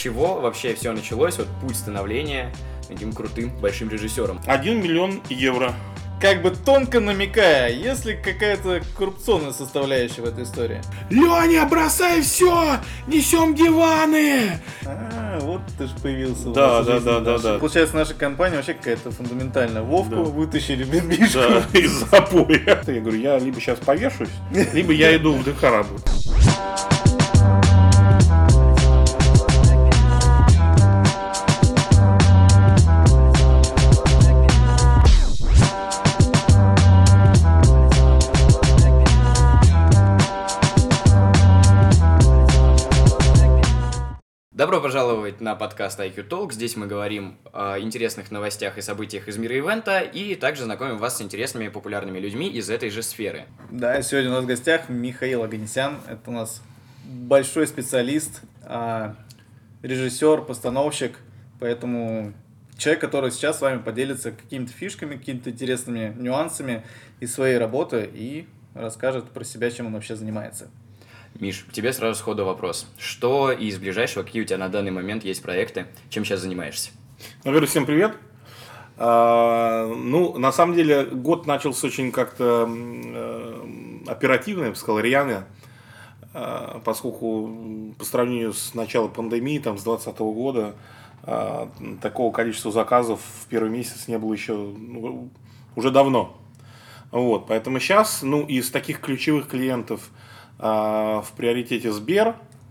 чего вообще все началось, вот путь становления таким крутым большим режиссером? 1 миллион евро. Как бы тонко намекая, есть ли какая-то коррупционная составляющая в этой истории? Леня, бросай все! Несем диваны! Вот ты же появился. Да. Получается, наша компания вообще какая-то фундаментальная. Вовку вытащили без Мишку. Да, из запоя. Я говорю, я либо сейчас повешусь, либо я иду в ДК работать. Добро пожаловать на подкаст IQ Talk. Здесь мы говорим о интересных новостях и событиях из мира ивента и также знакомим вас с интересными и популярными людьми из этой же сферы. Да, сегодня у нас в гостях Михаил Оганесян. Это у нас большой специалист, режиссер, постановщик. Поэтому человек, который сейчас с вами поделится какими-то фишками, какими-то интересными нюансами из своей работы и расскажет про себя, чем он вообще занимается. Миш, к тебе сразу сходу вопрос. Что из ближайшего, какие у тебя на данный момент есть проекты, чем сейчас занимаешься? Во-первых, всем привет. На самом деле, год начался очень как-то оперативно, я бы сказал, рьяно, поскольку по сравнению с началом пандемии, с 2020 года, такого количества заказов в первый месяц не было еще уже давно. Вот, поэтому сейчас, из таких ключевых клиентов в приоритете Сбер,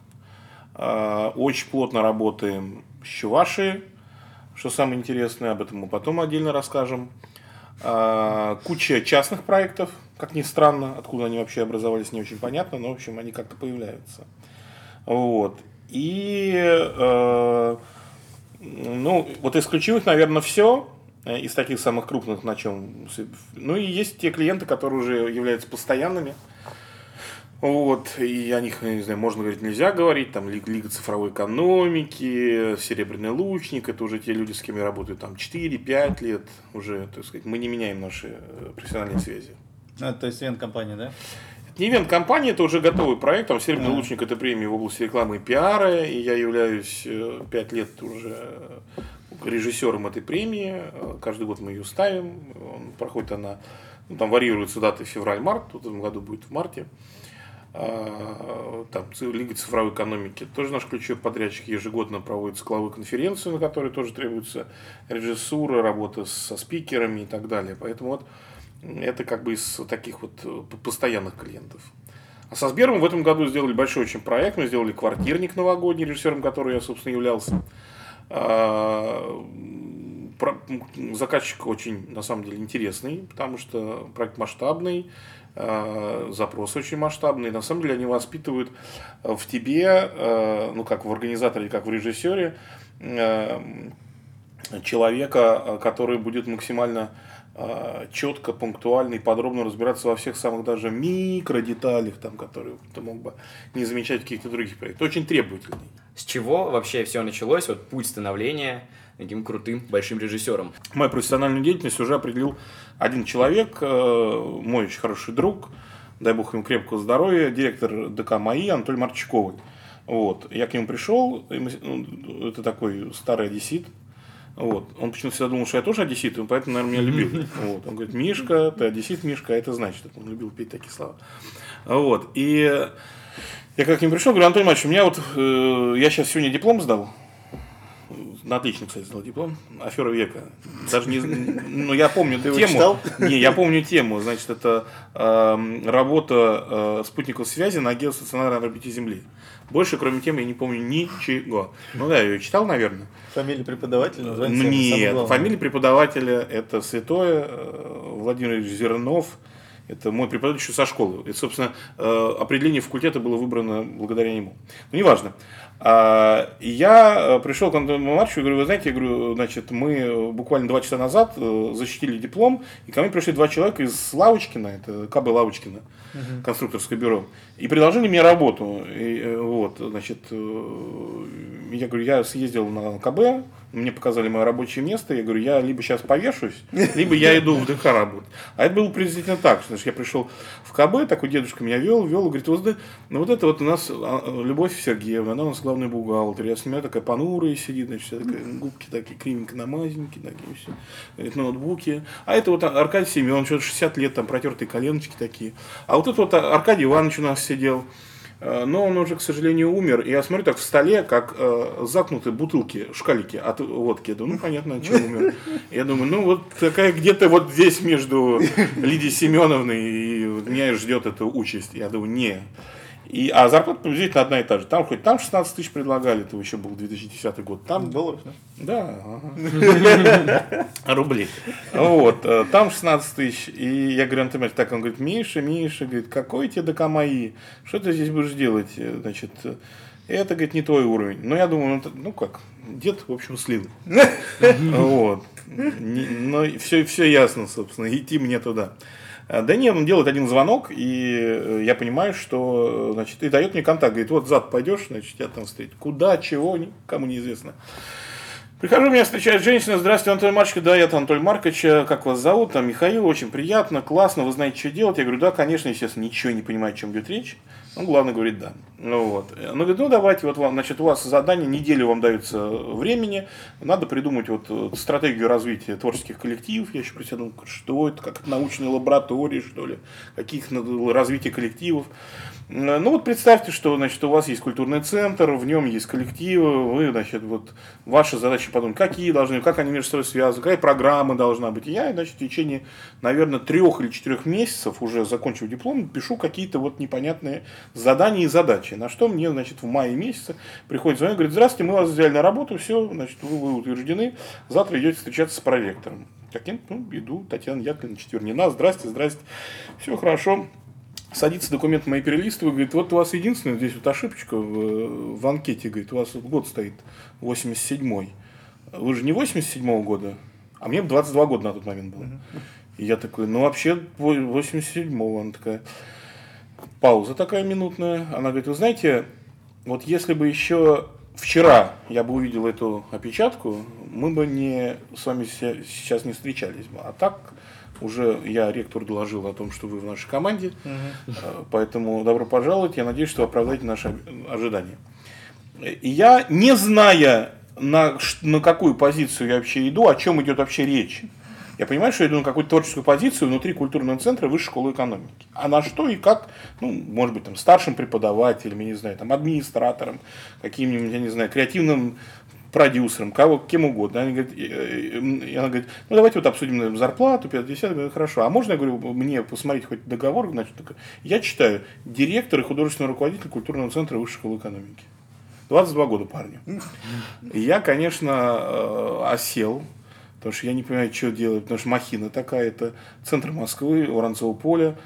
очень плотно работаем с Чувашией, что самое интересное, об этом мы потом отдельно расскажем. Куча частных проектов, как ни странно, откуда они вообще образовались, не очень понятно, но в общем они как-то появляются. Вот. И из ключевых, наверное, все. Из таких самых крупных, на чем. И есть те клиенты, которые уже являются постоянными. Вот, и о них, не знаю, можно говорить, нельзя говорить, Лига цифровой экономики, Серебряный лучник, это уже те люди, с кем я работаю 4-5 лет уже, так сказать, мы не меняем наши профессиональные связи. То есть ивент-компания, да? Это не ивент-компания, это уже готовый проект, Серебряный лучник это премия в области рекламы и пиара, и я являюсь 5 лет уже режиссером этой премии, каждый год мы ее ставим, проходит она, варьируется даты февраль-март, в этом году будет в марте. Лига цифровой экономики, тоже наш ключевой подрядчик, ежегодно проводит цикловую конференцию, на которой тоже требуется режиссура, работа со спикерами и так далее. Поэтому это из таких постоянных клиентов. А со Сбером в этом году сделали большой очень проект, мы сделали квартирник новогодний, режиссером которого я, собственно, являлся. Заказчик очень, на самом деле, интересный, потому что проект масштабный, запрос очень масштабный. На самом деле они воспитывают в тебе, как в организаторе, как в режиссере, человека, который будет максимально четко, пунктуально и подробно разбираться во всех самых даже микродеталях, которые ты мог бы не замечать в каких-то других проектах. Очень требовательный. С чего вообще все началось, путь становления таким крутым большим режиссером? Мою профессиональную деятельность уже определил один человек, мой очень хороший друг, дай бог ему крепкого здоровья, директор ДК МАИ Анатолий Марчиковый. Вот. Я к нему пришел, это такой старый одессит. Вот. Он почему-то всегда думал, что я тоже одессит, и поэтому, наверное, меня любил. Вот. Он говорит: Мишка, ты одессит, Мишка, а это значит. Он любил петь такие слова. Вот. И я как к нему пришел, говорю: Анатолий Маркович, у меня я сейчас сегодня диплом сдал. На отлично, кстати, сдал диплом. Афера века. Даже не... я помню тему. Читал? Не, я помню тему. Значит, это работа спутниковой связи на геостационарной орбите Земли. Больше, кроме темы, я не помню ничего. Я ее читал, наверное. Фамилия преподавателя называется? Нет, фамилия преподавателя это святой Владимир Зернов. Это мой преподаватель еще со школы. Это, собственно, определение факультета было выбрано благодаря нему. Но неважно. Я пришел к Антону Марчу и говорю: вы знаете, мы буквально 2 часа назад защитили диплом, и ко мне пришли 2 человека из Лавочкина, это КБ Лавочкина, конструкторское бюро, и предложили мне работу. я говорю, я съездил на КБ, мне показали мое рабочее место, я говорю, я либо сейчас повешусь, либо я иду в ДК работать. А это было приблизительно так, что я пришел в КБ, такой дедушка меня вел, и говорит, вот это вот у нас Любовь Сергеевна, она у нас главный бухгалтер, я с ней такая понурая сидит, значит, вся такая, губки такие кривенько намазенькие, такие все, говорит, ноутбуки. А это вот Аркадий Семен, что-то 60 лет, там протертые коленочки такие. А вот это вот Аркадий Иванович у нас сидел. Но он уже, к сожалению, умер. И я смотрю так в столе, как закнуты бутылки, шкалики от водки. Я думаю, понятно, от чего умер. Я думаю, вот такая где-то вот здесь между Лидией Семеновной и меня ждет эта участь. Я думаю, не. А зарплата приблизительно одна и та же. Там 16 тысяч предлагали, это еще был 2010 год. Там долларов, да? Да. Рублей. Вот. Там 16 тысяч. И я говорю, Антон, так, он говорит, Миша, говорит, какой тебе ДК мои? Что ты здесь будешь делать? Значит, это, говорит, не твой уровень. Но я думаю, как, дед, в общем, слил. Вот. Но все ясно, собственно, идти мне туда. Да нет, он делает один звонок, и я понимаю, что, значит, и дает мне контакт, говорит, вот зад пойдешь, значит, я там стоит. Куда, чего, никому неизвестно. Прихожу, меня встречает женщина, здравствуйте, Анатолий Маркович, да, я Анатолий Маркович, как вас зовут, там, Михаил, очень приятно, классно, вы знаете, что делать? Я говорю, да, конечно, естественно, ничего не понимаю, о чем идет речь. Он, главное, говорит, да. Вот. Он говорит, давайте, вот вам, значит, у вас задание, неделю вам дается времени, надо придумать вот стратегию развития творческих коллективов. Я еще про себя думаю, что это, как научные лаборатории, что ли, каких развития коллективов. Ну вот представьте, что, значит, у вас есть культурный центр, в нем есть коллективы, вы, значит, вот ваша задача подумать, как они между собой связаны, какая программа должна быть. И я, значит, в течение, наверное, 3 или 4 месяцев, уже закончив диплом, пишу какие-то вот непонятные задания и задачи. На что мне, значит, в мае месяце приходит звонок, говорит, здравствуйте, мы вас взяли на работу, все, значит, вы утверждены, завтра идете встречаться с проректором. Таким, иду, Татьяна Яковлевна Четвернина, здрасте, все хорошо. Садится, документ мои перелистываю, говорит, вот у вас единственная здесь вот ошибочка в анкете, говорит, у вас вот год стоит 87-й. Вы же не 87-го года, а мне 22 года на тот момент было. И я такой, вообще 87-го. Она такая, пауза такая минутная. Она говорит, вы знаете, вот если бы еще вчера я бы увидел эту опечатку, мы бы с вами сейчас не встречались бы. А так... Уже я ректору доложил о том, что вы в нашей команде, поэтому добро пожаловать. Я надеюсь, что вы оправдаете наши ожидания. И я, не зная, на какую позицию я вообще иду, о чем идет вообще речь, я понимаю, что я иду на какую-то творческую позицию внутри культурного центра Высшей школы экономики. А на что и как, может быть, там, старшим преподавателем, я не знаю, там, администратором, каким-нибудь, я не знаю, креативным продюсером, кем угодно. Она говорит, давайте вот обсудим зарплату, 50, я говорю, хорошо. А можно, я говорю, мне посмотреть хоть договор? Значит, я читаю, директор и художественный руководитель культурного центра Высшей школы экономики. 22 года парню. И я, конечно, осел, потому что я не понимаю, что делать, потому что махина такая, это центр Москвы, Воронцово поле,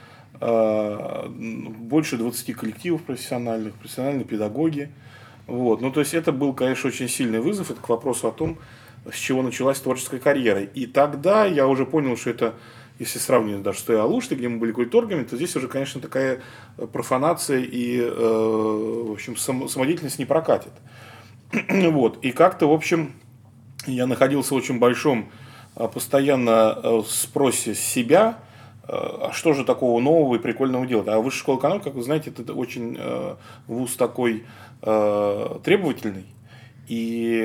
больше 20 коллективов профессиональные педагоги. Вот. То есть это был, конечно, очень сильный вызов. Это к вопросу о том, с чего началась творческая карьера. И тогда я уже понял, что это, если сравнивать даже с той Алуштой, где мы были культургами, то здесь уже, конечно, такая профанация и, в общем, самодеятельность не прокатит. Вот. И как-то, в общем, я находился в очень большом постоянно спросе с себя, а что же такого нового и прикольного делать. А Высшая школа экономики, как вы знаете, это очень вуз такой требовательный. И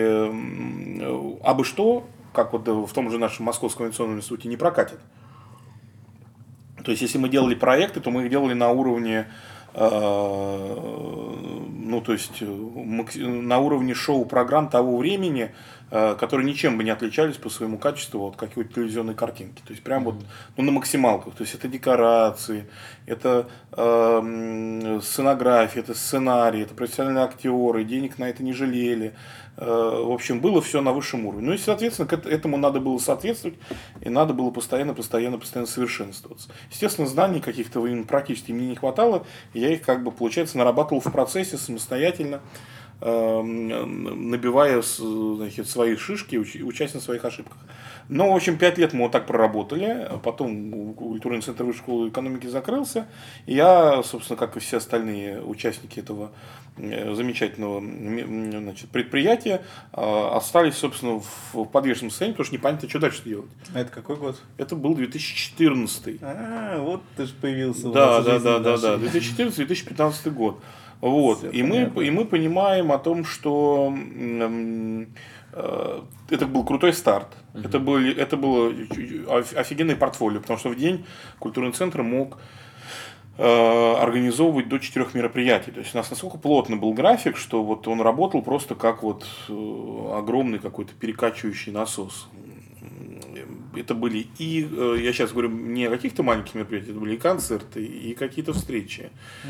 абы что, как вот в том же нашем Московском авиационном институте, не прокатит. То есть, если мы делали проекты, то мы их делали на уровне, на уровне шоу-программ того времени, которые ничем бы не отличались по своему качеству от какой-то телевизионной картинки. То есть, прям вот на максималках. То есть, это декорации, это сценография, это сценарий, это профессиональные актеры, денег на это не жалели. В общем, было все на высшем уровне. И, соответственно, к этому надо было соответствовать, и надо было постоянно совершенствоваться. Естественно, знаний каких-то практически мне не хватало, и я их, получается, нарабатывал в процессе самостоятельно. набивая значит, свои шишки, учась на своих ошибках. Но, в общем, 5 лет мы вот так проработали, потом культурный центр высшей школы экономики закрылся, и я, собственно, как и все остальные участники этого замечательного значит, предприятия, остались, собственно, в подвешенном состоянии, потому что непонятно, что дальше делать. А это какой год? Это был 2014. Вот ты же появился. Да, 2014-2015 год. Вот. И мы понимаем о том, что это был крутой старт. Это было офигенное портфолио, потому что в день культурный центр мог организовывать до 4 мероприятий. То есть у нас настолько плотный был график, что вот он работал просто как вот огромный какой-то перекачивающий насос. Это были и, я сейчас говорю не о каких-то маленьких мероприятиях, это были и концерты, и какие-то встречи,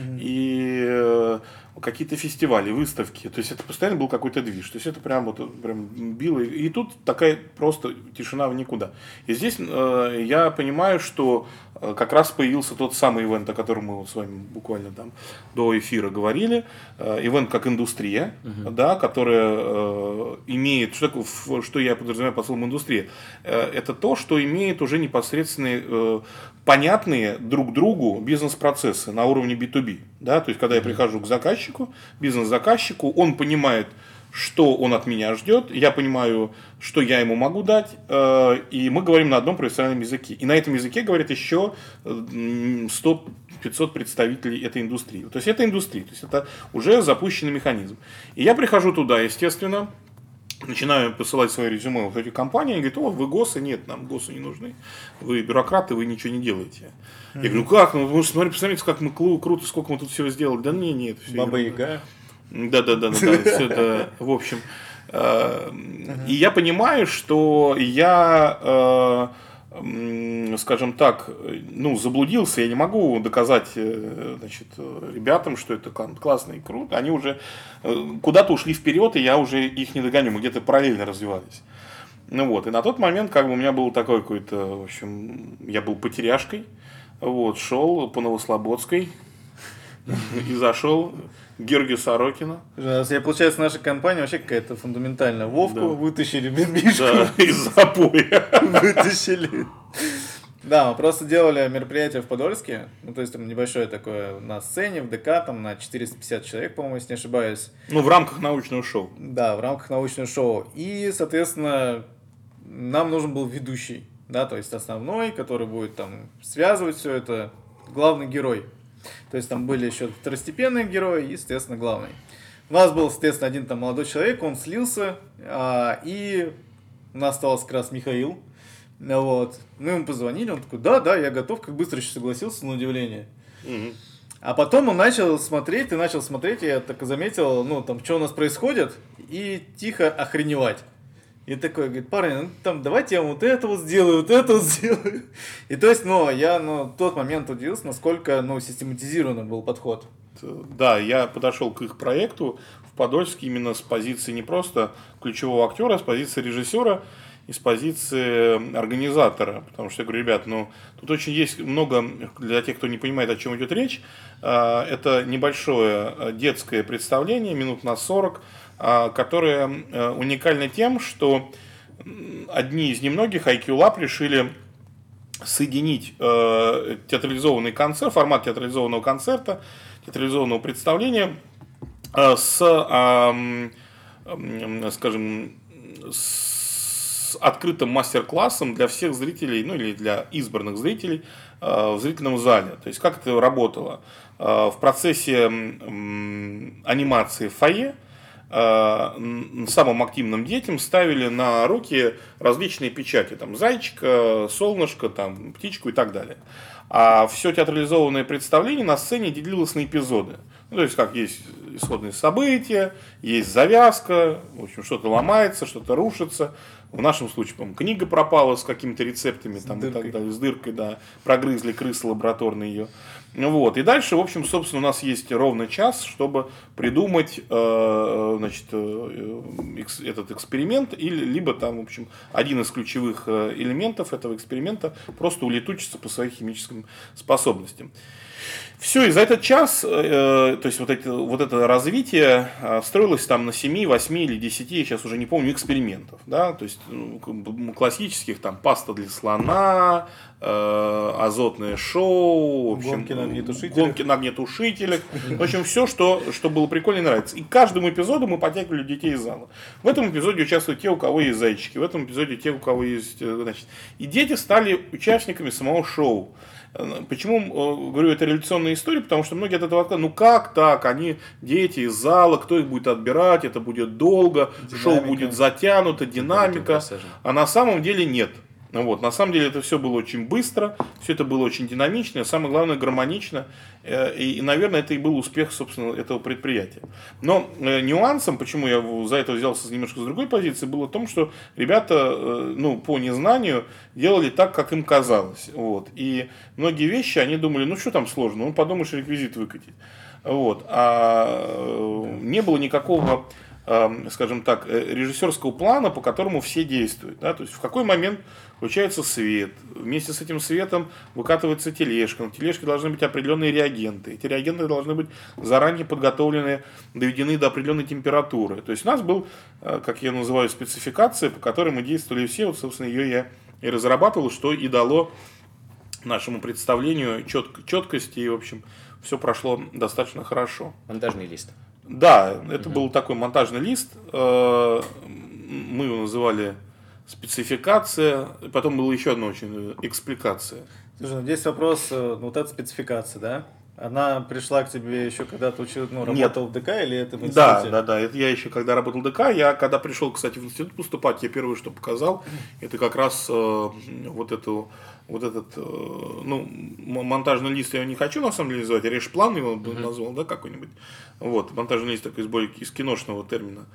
и какие-то фестивали, выставки. То есть это постоянно был какой-то движ. То есть это прям било. И тут такая просто тишина в никуда. И здесь я понимаю, что как раз появился тот самый ивент, о котором мы вот с вами буквально там до эфира говорили. Ивент как индустрия, да, которая имеет, что я подразумеваю под словом индустрия, это то, что имеет уже непосредственные понятные друг другу бизнес-процессы на уровне B2B. Да? То есть, когда я прихожу к заказчику, бизнес-заказчику, он понимает, что он от меня ждет, я понимаю, что я ему могу дать, и мы говорим на одном профессиональном языке. И на этом языке говорят еще 100-500 представителей этой индустрии. То есть, это индустрия, то есть, это уже запущенный механизм. И я прихожу туда, естественно, начинаю посылать свои резюме в эти компании, они говорят: вы ГОСы? Нет, нам ГОСы не нужны. Вы бюрократы, вы ничего не делаете. Я говорю: ну как? Ну, вы посмотрите, как мы круто, сколько мы тут всего сделали. Да нет. Баба-Яга. Да, все это, в общем. И я понимаю, что я, скажем так, заблудился, я не могу доказать, значит, ребятам, что это классно и круто. Они уже куда-то ушли вперед, и я уже их не догоню, мы где-то параллельно развивались. Ну вот, и на тот момент как бы у меня был такой какой-то, в общем, я был потеряшкой, вот, шел по Новослободской и зашел к Георгию Сорокину. Получается, наша компания вообще какая-то фундаментальная. Вовку вытащили, Мишку. Да, из запоя. Вытащили. Да, мы просто делали мероприятие в Подольске. Ну, то есть, там небольшое такое на сцене, в ДК, там на 450 человек, по-моему, если не ошибаюсь. Ну, в рамках научного шоу. Да, в рамках научного шоу. И, соответственно, нам нужен был ведущий. Да, то есть, основной, который будет там связывать все это, главный герой. То есть, там были еще второстепенные герои и, естественно, главный. У нас был, естественно, один там молодой человек, он слился, и у нас остался как раз Михаил. Вот. Мы ему позвонили, он такой: да, я готов, как быстро еще согласился, на удивление. А потом он начал смотреть, и я так заметил, там, что у нас происходит, и тихо охреневать. И такой говорит: парни, давайте я вот это вот сделаю. И то есть, я в тот момент удивился, насколько, систематизированный был подход. Да, я подошел к их проекту в Подольске именно с позиции не просто ключевого актера, а с позиции режиссера и с позиции организатора. Потому что я говорю: ребят, тут очень есть много, для тех, кто не понимает, о чем идет речь, это небольшое детское представление, минут на 40, которое уникально тем, что одни из немногих IQ Lab решили соединить театрализованный концерт, формат театрализованного концерта, театрализованного представления с открытым мастер-классом для всех зрителей, или для избранных зрителей в зрительном зале. То есть, как это работало? В процессе анимации в фойе самым активным детям ставили на руки различные печати, там зайчика, солнышко, там птичку и так далее. А все театрализованное представление на сцене делилось на эпизоды. То есть, как есть исходные события, есть завязка, в общем, что-то ломается, что-то рушится. В нашем случае, по-моему, книга пропала с какими-то рецептами там, и так далее, с дыркой, да, прогрызли крысы лабораторные ее. Вот. И дальше, в общем, собственно, у нас есть ровно час, чтобы придумать этот эксперимент, либо там, в общем, один из ключевых элементов этого эксперимента просто улетучится по своим химическим способностям. Все, и за этот час, то есть вот это развитие строилось там на 7, 8 или 10, я сейчас уже не помню, экспериментов. Да? То есть классических, там паста для слона, азотное шоу, в общем, гонки на огнетушителях. В общем, все, что было прикольно и нравится. И к каждому эпизоду мы подтягивали детей из зала. В этом эпизоде участвуют те, у кого есть зайчики, в этом эпизоде те, у кого есть... Значит, и дети стали участниками самого шоу. Почему говорю, это революционная история? Потому что многие от этого отказываются. Ну как так? Они дети из зала, кто их будет отбирать? Это будет долго, шоу будет затянуто, динамика. А на самом деле нет. Вот. На самом деле это все было очень быстро, все это было очень динамично, и самое главное гармонично. И, наверное, это и был успех, собственно, этого предприятия. Но нюансом, почему я за это взялся немножко с другой позиции, было в том, что ребята, по незнанию делали так, как им казалось. Вот. И многие вещи они думали, ну что там сложно, подумаешь, реквизит выкатить. Вот. А не было никакого, скажем так, режиссерского плана, по которому все действуют. Да? То есть в какой момент включается свет, вместе с этим светом выкатывается тележка, на тележке должны быть определенные реагенты, эти реагенты должны быть заранее подготовлены, доведены до определенной температуры. То есть у нас был, как я называю, спецификация, по которой мы действовали все, вот собственно ее я и разрабатывал, что и дало нашему представлению четкости, и в общем все прошло достаточно хорошо. Монтажный лист. Да, это был такой монтажный лист, мы его называли спецификация, потом было еще одно очень, экспликация. Слушай, здесь вопрос, вот эта спецификация, да? Она пришла к тебе еще когда ты работал в ДК или это в институте? Да, это я еще когда работал в ДК, я когда пришел, кстати, в институт поступать, я первое, что показал, это как раз монтажный лист я не хочу на самом деле называть, решплан его назвал, да, какой-нибудь. Вот, монтажный лист такой из киношного термина.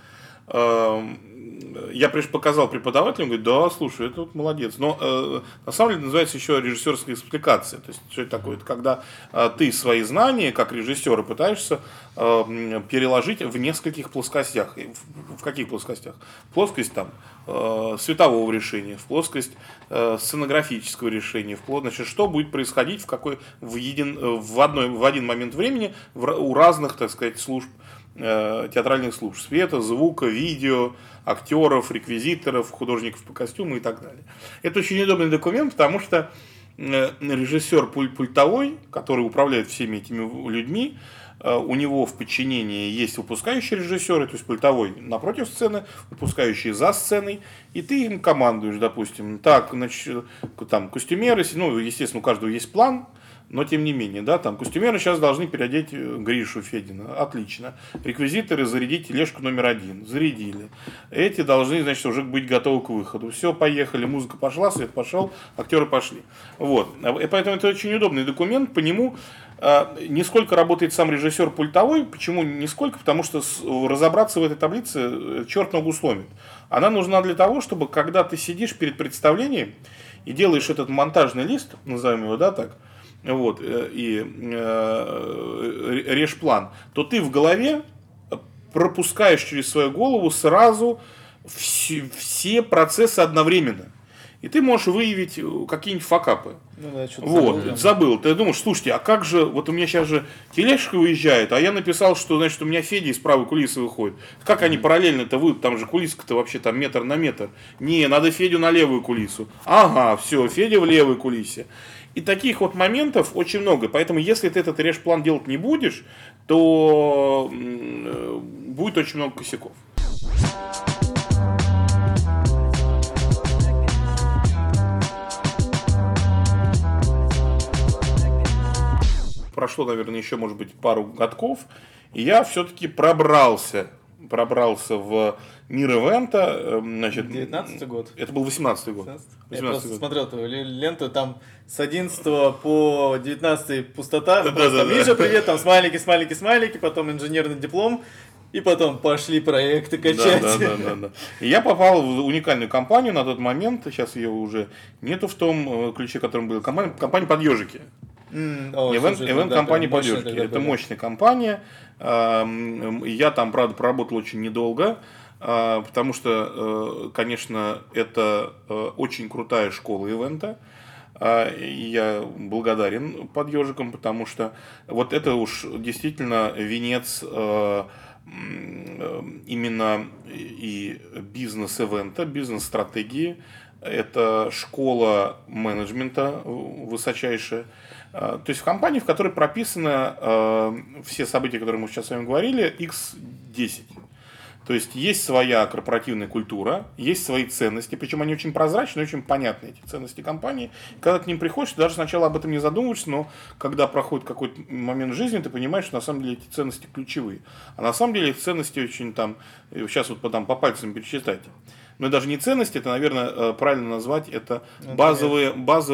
Я показал преподавателю, он говорит, да, слушай, это вот молодец. Но на самом деле называется еще режиссерская экспликация. То есть, что это такое? Это когда ты свои знания, как режиссер, пытаешься переложить в нескольких плоскостях. В каких плоскостях? В плоскость там светового решения, в плоскость сценографического решения, значит, что будет происходить в один момент времени у разных, так сказать, служб, театральных служб, света, звука, видео, актеров, реквизиторов, художников по костюму и так далее. Это очень удобный документ, потому что режиссер пультовой, который управляет всеми этими людьми, у него в подчинении есть выпускающие режиссеры, то есть пультовой напротив сцены, выпускающие за сценой, и ты им командуешь, допустим, так, значит, там костюмеры, естественно, у каждого есть план, но тем не менее, да, там костюмеры сейчас должны переодеть Гришу Федина. Отлично. Реквизиторы зарядить тележку номер 1. Зарядили. Эти должны, значит, уже быть готовы к выходу. Все, поехали. Музыка пошла, свет пошел, актеры пошли. Вот. И поэтому это очень удобный документ. По нему не сколько работает сам режиссер пультовой. Почему не сколько? Потому что разобраться в этой таблице черт ногу сломит. Она нужна для того, чтобы когда ты сидишь перед представлением и делаешь этот монтажный лист, назовем его, да, так, вот, и решплан, то ты в голове пропускаешь через свою голову сразу все процессы одновременно. И ты можешь выявить какие-нибудь факапы. Забыл. Ты думаешь, слушайте, а как же, вот у меня сейчас же тележка выезжает, а я написал, что, значит, у меня Федя из правой кулисы выходит. Как они параллельно-то выйдут, там же кулиска-то вообще там метр на метр. Не, надо Федю на левую кулису. Ага, все, Федя в левой кулисе. И таких вот моментов очень много. Поэтому, если ты этот решплан делать не будешь, то будет очень много косяков. Прошло, наверное, еще, может быть, пару годков, и я все-таки пробрался в мир ивента. 19-й год? Это был 18-й год. Я просто смотрел твою ленту, там с 11 по 19 пустота. Миша, привет, там смайлики, потом инженерный диплом. И потом пошли проекты качать. Да. И я попал в уникальную компанию на тот момент, сейчас ее уже нету в том ключе, которым была компания «Под ежики». Ивент-компания «Под ежики». Это мощная компания. Я там, правда, проработал очень недолго, потому что, конечно, это очень крутая школа ивента. И я благодарен под ежиком, потому что вот это уж действительно венец именно и бизнес-эвента, бизнес-стратегии. Это школа менеджмента высочайшая. То есть в компании, в которой прописаны все события, которые мы сейчас с вами говорили, X10. То есть есть своя корпоративная культура, есть свои ценности, причем они очень прозрачные, очень понятны, эти ценности компании. Когда к ним приходишь, ты даже сначала об этом не задумываешься, но когда проходит какой-то момент жизни, ты понимаешь, что на самом деле эти ценности ключевые. А на самом деле эти ценности очень там, сейчас вот по пальцам перечитайте. Но даже не ценности, это, наверное, правильно назвать, это базовые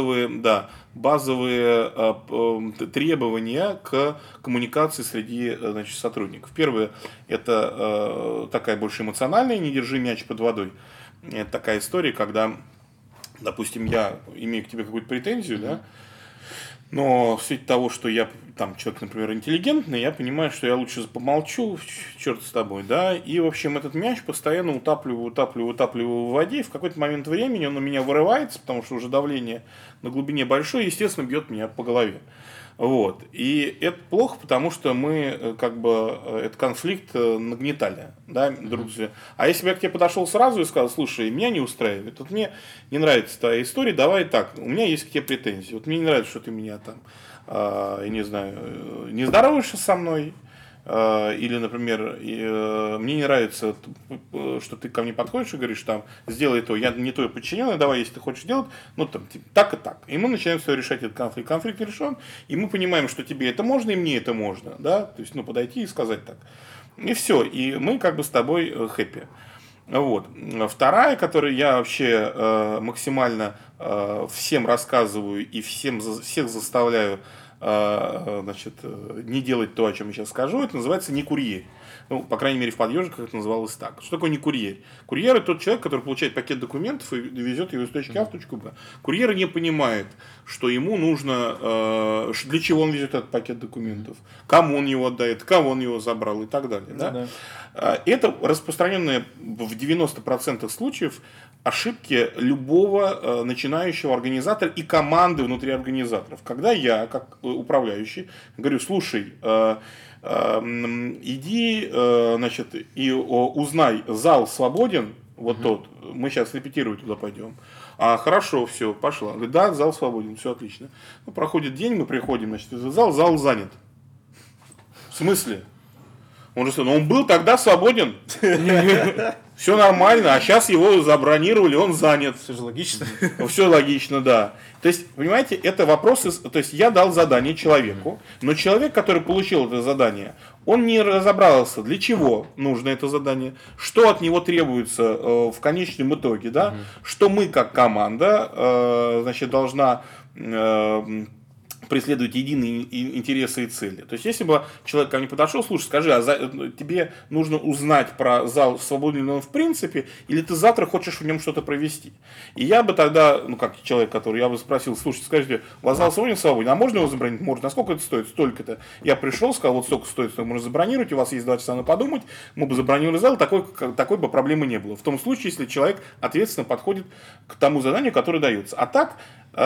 требования к коммуникации среди, значит, сотрудников. Первое, это такая больше эмоциональная, не держи мяч под водой. Это такая история, когда, допустим, я имею к тебе какую-то претензию, да, но в свете того, что я там человек, например, интеллигентный, я понимаю, что я лучше помолчу, черт с тобой, да, и, в общем, этот мяч постоянно утапливаю в воде, и в какой-то момент времени он у меня вырывается, потому что уже давление на глубине большое, естественно, бьет меня по голове. Вот. И это плохо, потому что мы как бы этот конфликт нагнетали, да, друг друга. А если бы я к тебе подошел сразу и сказал: слушай, меня не устраивает, вот мне не нравится твоя история, давай так, у меня есть к тебе претензии, вот мне не нравится, что ты меня там, я не знаю, не здороваешься со мной, или, например, мне не нравится, что ты ко мне подходишь и говоришь, там, сделай то, я не твой подчиненный, давай, если ты хочешь делать, ну, там, типа, так и так. И мы начинаем с тобой решать этот конфликт. Конфликт решен, и мы понимаем, что тебе это можно, и мне это можно, да, то есть, ну, подойти и сказать так. И все, и мы как бы с тобой хэппи. Вот. Вторая, которую я вообще максимально всем рассказываю и всех заставляю, значит, не делать то, о чем я сейчас скажу, это называется не курьер. Ну, по крайней мере, в подъежиках это называлось так. Что такое не курьер? Курьер — это тот человек, который получает пакет документов и везет его из точки А в точку Б. Курьер не понимает, что ему нужно, для чего он везет этот пакет документов, кому он его отдает, кого он его забрал и так далее. Да? Это распространенная в 90% случаев ошибки любого начинающего организатора и команды внутри организаторов. Когда я, как управляющий, говорю: слушай, иди, значит, и узнай, зал свободен, вот тот, мы сейчас репетировать туда пойдем. Хорошо, все, пошла. Говорит: да, зал свободен, все отлично. Ну, проходит день, мы приходим, значит, в зал занят. В смысле? Он же сказал: ну, он был тогда свободен. Все нормально, а сейчас его забронировали, он занят. Все же логично. Все логично, да. То есть, понимаете, это вопросы. То есть, я дал задание человеку, но человек, который получил это задание, он не разобрался, для чего нужно это задание, что от него требуется в конечном итоге, да, что мы как команда, значит, должна преследовать единые интересы и цели. То есть, если бы человек ко мне подошел: слушай, скажи, тебе нужно узнать про зал, свободен ли он в принципе, или ты завтра хочешь в нем что-то провести? И я бы тогда, ну, как человек, который, я бы спросил: слушай, скажите, у вас зал свободен, а можно его забронировать? Можно. А сколько это стоит? Столько-то. Я пришел, сказал: вот столько стоит, можно забронировать, у вас есть 2 часа на подумать, мы бы забронировали зал, такой бы проблемы не было. В том случае, если человек ответственно подходит к тому заданию, которое дается. А так,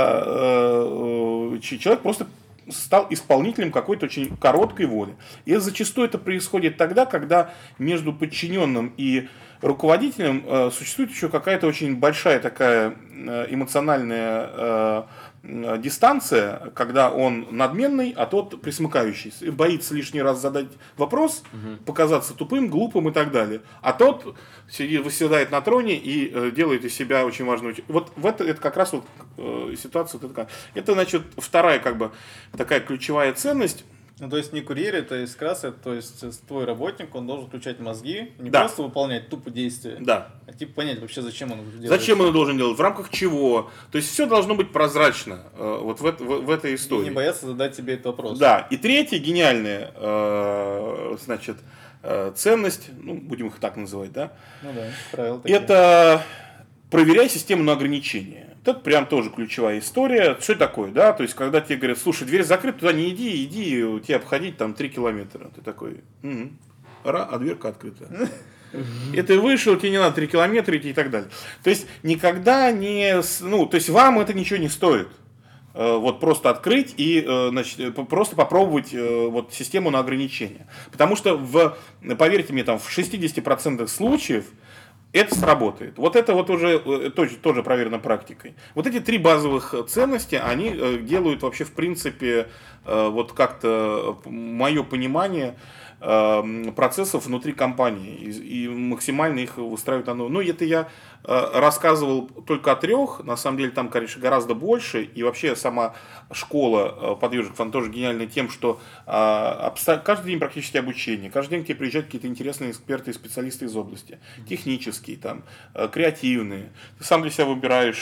человек просто стал исполнителем какой-то очень короткой воли. И зачастую это происходит тогда, когда между подчиненным и руководителем существует еще какая-то очень большая такая эмоциональная дистанция, когда он надменный, а тот присмыкающийся, боится лишний раз задать вопрос, показаться тупым, глупым и так далее. А тот восседает на троне и делает из себя очень важную... Вот это как раз вот ситуация. Это, значит, вторая как бы такая ключевая ценность. Ну, то есть не курьер, это из краса, то есть твой работник, он должен включать мозги, не Да. просто выполнять тупо действия, Да. а типа понять вообще, зачем он это делает. Зачем он должен делать, в рамках чего. То есть все должно быть прозрачно вот в этой И истории. не бояться задать тебе этот вопрос. Да. И третья гениальная, значит, ценность, ну, будем их так называть, да, Ну да, правила такие. это проверяй систему на ограничения. Это прям тоже ключевая история. Что такое, да? То есть, когда тебе говорят: слушай, дверь закрыта, туда не иди, тебе обходить там 3 километра. Ты такой: а дверка открыта. И ты вышел, тебе не надо 3 километра идти и так далее. То есть, никогда не... Ну, то есть, вам это ничего не стоит. Вот просто открыть и значит, просто попробовать вот систему на ограничение. Потому что, поверьте мне, там, в 60% случаев это сработает. Вот это вот уже тоже проверено практикой. Вот эти 3 базовых ценности, они делают вообще в принципе вот как-то мое понимание процессов внутри компании и максимально их выстраивают на новую. Ну, это я рассказывал только о 3, на самом деле там, конечно, гораздо больше, и вообще сама школа подвижек, она тоже гениальна тем, что каждый день практически обучение, каждый день к тебе приезжают какие-то интересные эксперты и специалисты из области, технические, там, креативные, ты сам для себя выбираешь,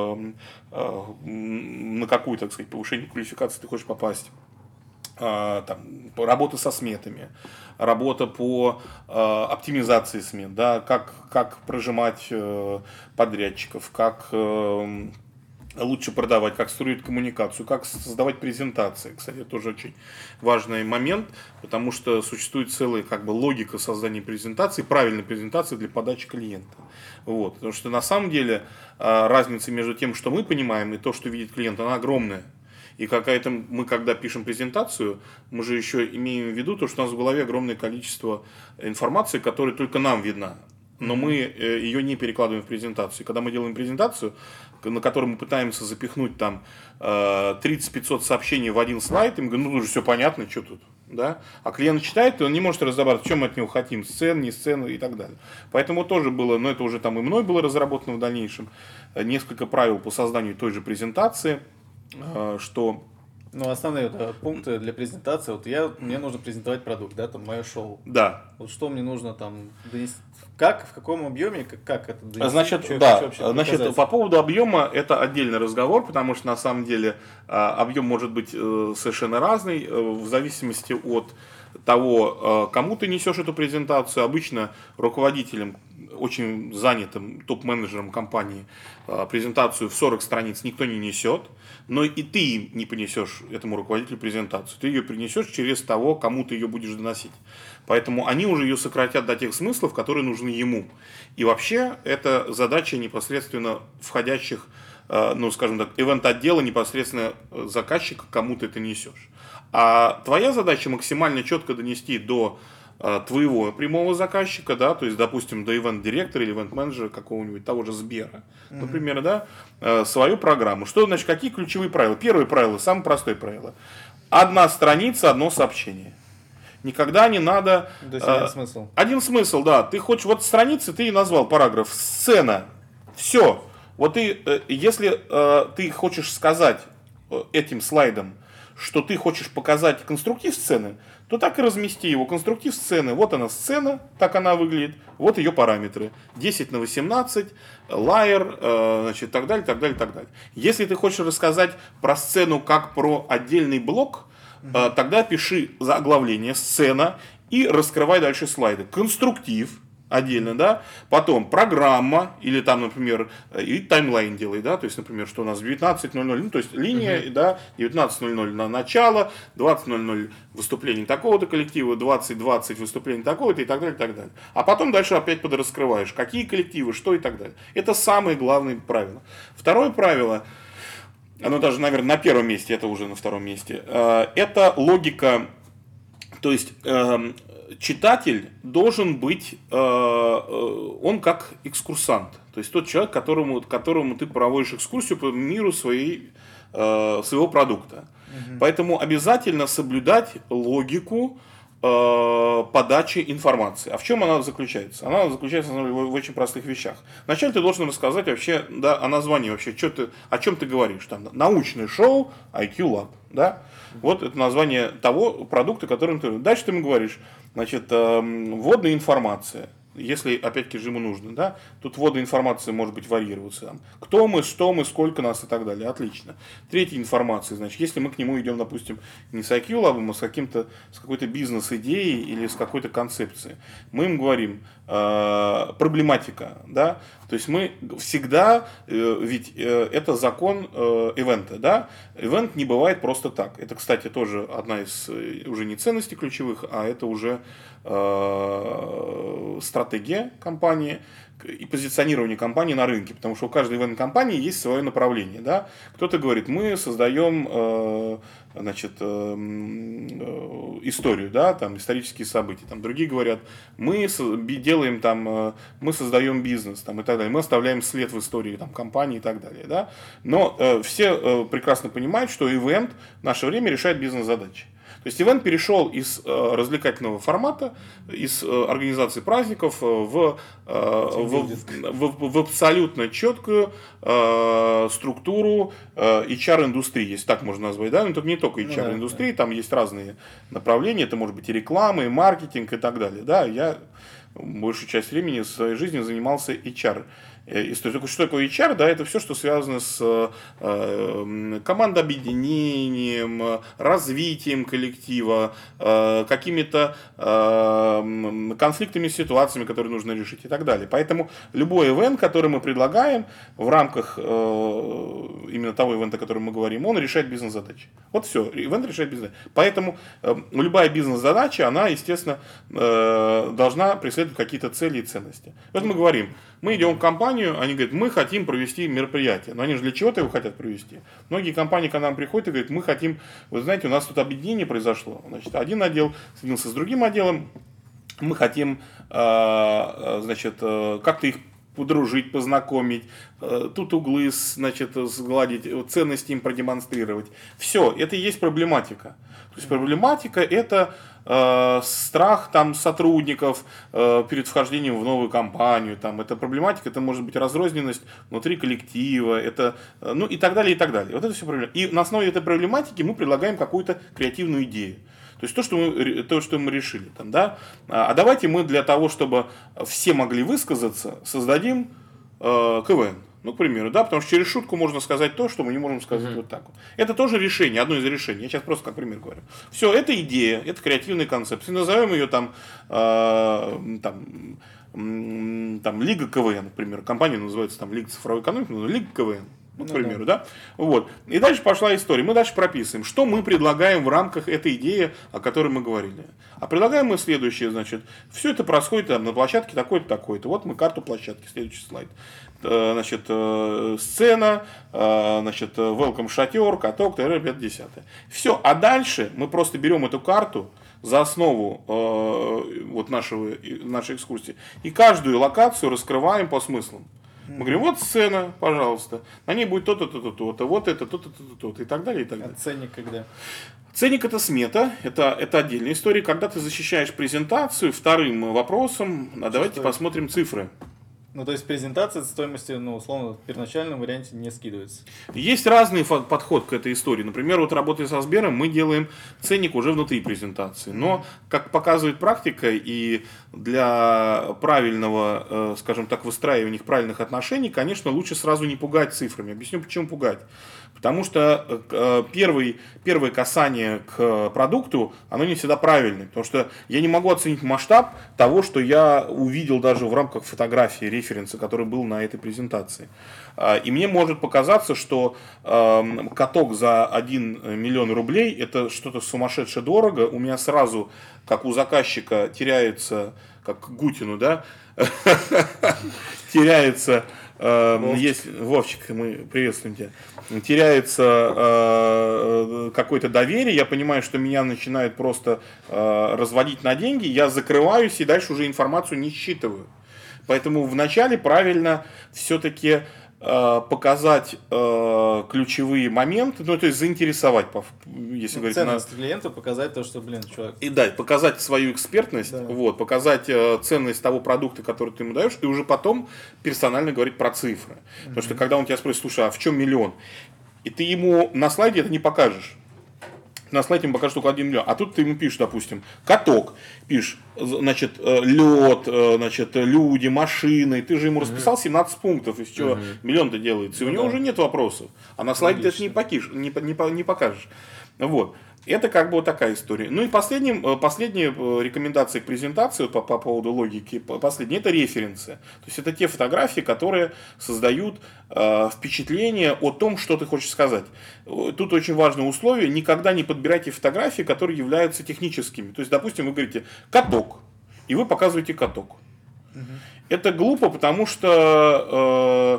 на какую, так сказать, повышение квалификации ты хочешь попасть. Там, работа со сметами, работа по оптимизации смет, да, как прожимать подрядчиков, как лучше продавать, как строить коммуникацию, как создавать презентации. Кстати, это тоже очень важный момент, потому что существует целая как бы логика создания презентации, правильной презентации для подачи клиента. Вот. Потому что на самом деле разница между тем, что мы понимаем, и то, что видит клиент, она огромная. И мы, когда пишем презентацию, мы же еще имеем в виду то, что у нас в голове огромное количество информации, которая только нам видна. Но мы ее не перекладываем в презентацию. И когда мы делаем презентацию, на которой мы пытаемся запихнуть там 30-500 сообщений в один слайд, и мы говорим, ну, уже все понятно, что тут. Да? А клиент читает, и он не может разобраться, что мы от него хотим, сцены, не сцены и так далее. Поэтому тоже было, но это уже там и мной было разработано в дальнейшем, несколько правил по созданию той же презентации, что... Ну, основные пункты для презентации. Вот мне нужно презентовать продукт, да, там мое шоу. Да. Вот что мне нужно там донести, в каком объеме, как это донести? Значит, по поводу объема это отдельный разговор, потому что на самом деле объем может быть совершенно разный в зависимости от того, кому ты несешь эту презентацию. Обычно руководителям, очень занятым топ-менеджером компании, презентацию в 40 страниц никто не несет, но и ты не понесешь этому руководителю презентацию. Ты ее принесешь через того, кому ты ее будешь доносить. Поэтому они уже ее сократят до тех смыслов, которые нужны ему. И вообще это задача непосредственно входящих, ну скажем так, ивент-отдела, непосредственно заказчика, кому ты это несешь. А твоя задача максимально четко донести до твоего прямого заказчика, да, то есть, допустим, до ивент-директора или ивент-менеджера какого-нибудь, того же Сбера, например, да, свою программу. Что значит, какие ключевые правила? Первое правило, самое простое правило. 1 страница, 1 сообщение. Никогда не надо... То есть один смысл. Один смысл, да. Ты хочешь, вот страницы ты и назвал параграф, сцена, все. Вот ты, если ты хочешь сказать этим слайдом, что ты хочешь показать конструктив сцены, то так и размести его. Конструктив сцены. Вот она сцена, так она выглядит. Вот ее параметры. 10/18, лайер, значит, так далее, так далее, так далее. Если ты хочешь рассказать про сцену как про отдельный блок, тогда пиши заглавление сцена и раскрывай дальше слайды. Конструктив отдельно, да, потом программа, или там, например, и таймлайн делай, да, то есть, например, что у нас 19:00, ну, то есть линия, да, 19:00 на начало, 20:00 выступление такого-то коллектива, 20:20 выступление такого-то и так далее, и так далее. А потом дальше опять подраскрываешь, какие коллективы, что и так далее. Это самые главные правила. Второе правило, оно даже, наверное, на первом месте, это уже на втором месте, это логика, то есть читатель должен быть, он как экскурсант, то есть тот человек, которому ты проводишь экскурсию по миру своего продукта. Поэтому обязательно соблюдать логику подачи информации. А в чем она заключается? Она заключается в очень простых вещах. Вначале ты должен рассказать вообще, да, о названии вообще, о чем ты говоришь. Там, научное шоу IQ Lab. Да? Вот это название того продукта, которым ты... Дальше ты ему говоришь, значит, вводная информация. Если, опять-таки, же ему нужно, да, тут вводная информация может быть варьироваться. Там, кто мы, что мы, сколько нас и так далее. Отлично. Третья информация, значит, если мы к нему идем, допустим, не с IQ Lab, а с какой-то бизнес-идеей или с какой-то концепцией, мы им говорим проблематика, да, то есть мы всегда, ведь это закон ивента, да, ивент не бывает просто так. Это, кстати, тоже одна из уже не ценностей ключевых, а это уже стратегия компании, и позиционирование компании на рынке, потому что у каждой ивент-компании есть свое направление. Да? Кто-то говорит, мы создаем историю, да, там, исторические события. Там, другие говорят, мы делаем там, мы создаем бизнес там, и так далее. Мы оставляем след в истории там, компании и так далее. Да? Но все прекрасно понимают, что ивент в наше время решает бизнес-задачи. То есть ивент перешел из развлекательного формата, из организации праздников в абсолютно четкую структуру HR-индустрии, если так можно назвать. Да? Но это не только HR-индустрии, там есть разные направления, это может быть и реклама, и маркетинг и так далее. Да? Я большую часть времени в своей жизни занимался HR. Что такое HR? Да, это все, что связано с командообъединением, развитием коллектива, какими-то конфликтами, ситуациями, которые нужно решить и так далее. Поэтому любой ивент, который мы предлагаем в рамках именно того ивента, о котором мы говорим, он решает бизнес-задачи. Вот все, ивент решает бизнес-задачи. Поэтому любая бизнес-задача, она, естественно, должна преследовать какие-то цели и ценности. Вот мы говорим, мы идем в компанию, они говорят, мы хотим провести мероприятие. Но они же для чего-то его хотят провести. Многие компании, когда нам приходят и говорят, мы хотим, вы знаете, у нас тут объединение произошло. Значит, один отдел соединился с другим отделом, мы хотим, значит, как-то их подружить, познакомить, тут углы, значит, сгладить, ценности им продемонстрировать. Все, это и есть проблематика. То есть проблематика это страх там сотрудников перед вхождением в новую компанию, там, это проблематика, это может быть разрозненность внутри коллектива, это, ну и так далее, и так далее. Вот это все проблема. И на основе этой проблематики мы предлагаем какую-то креативную идею. То есть то, что мы решили. Там, да? А давайте мы для того, чтобы все могли высказаться, создадим КВН. Ну, к примеру, да, потому что через шутку можно сказать то, что мы не можем сказать вот так вот. Это тоже решение, одно из решений. Я сейчас просто как пример говорю. Все, это идея, это креативная концепция. Назовем ее там Лига КВН, например. Компания называется там Лига цифровой экономики, но Лига КВН. Ну, к примеру, да. Вот. И дальше пошла история. Мы дальше прописываем, что мы предлагаем в рамках этой идеи, о которой мы говорили. А предлагаем мы следующее, значит, все это происходит там, на площадке такой-то, такой-то. Вот мы карту площадки, следующий слайд. Значит, сцена, значит, welcome шатер, каток, 5-10. Все. А дальше мы просто берем эту карту за основу вот нашей экскурсии и каждую локацию раскрываем по смыслам. Мы говорим, вот сцена, пожалуйста, на ней будет то-то, то-то, то-то, вот это, то-то, то-то, то-то, и так далее, и так далее. А ценник когда? Ценник это смета, это отдельная история. Когда ты защищаешь презентацию, вторым вопросом, давайте посмотрим цифры. Ну, то есть презентация стоимости, ну, условно, в первоначальном варианте не скидывается. Есть разный подход к этой истории. Например, вот работая со Сбером, мы делаем ценник уже внутри презентации. Но, как показывает практика, и для правильного, скажем так, выстраивания правильных отношений, конечно, лучше сразу не пугать цифрами. Объясню, почему пугать. Потому что первое касание к продукту, оно не всегда правильное. Потому что я не могу оценить масштаб того, что я увидел даже в рамках фотографии, референса, который был на этой презентации. И мне может показаться, что каток за 1 миллион рублей это что-то сумасшедшее дорого. У меня сразу, как у заказчика, теряется, как Гутину, да, теряется... Вовчик, мы приветствуем тебя. Теряется какое-то доверие, я понимаю, что меня начинают просто разводить на деньги, я закрываюсь и дальше уже информацию не считываю. Поэтому вначале правильно все-таки показать ключевые моменты, ну то есть заинтересовать, если говорить ценность клиента, показать то, что, чувак. И да, показать свою экспертность, да. Вот, показать ценность того продукта, который ты ему даешь, и уже потом персонально говорить про цифры. Потому что когда он тебя спросит, слушай, а в чем миллион? И ты ему на слайде это не покажешь. На слайде ему покажешь только 1 миллион. А тут ты ему пишешь, допустим, каток, пишешь, значит, лед, значит, люди, машины. Ты же ему расписал 17 пунктов, из чего миллион-то делается. И у него уже нет вопросов. А на слайде ты это не покажешь. Вот. Это как бы вот такая история. Ну и последняя рекомендация к презентации по поводу логики, последняя, это референсы. То есть это те фотографии, которые создают впечатление о том, что ты хочешь сказать. Тут очень важное условие, никогда не подбирайте фотографии, которые являются техническими. То есть, допустим, вы говорите «каток», и вы показываете каток. Это глупо, потому что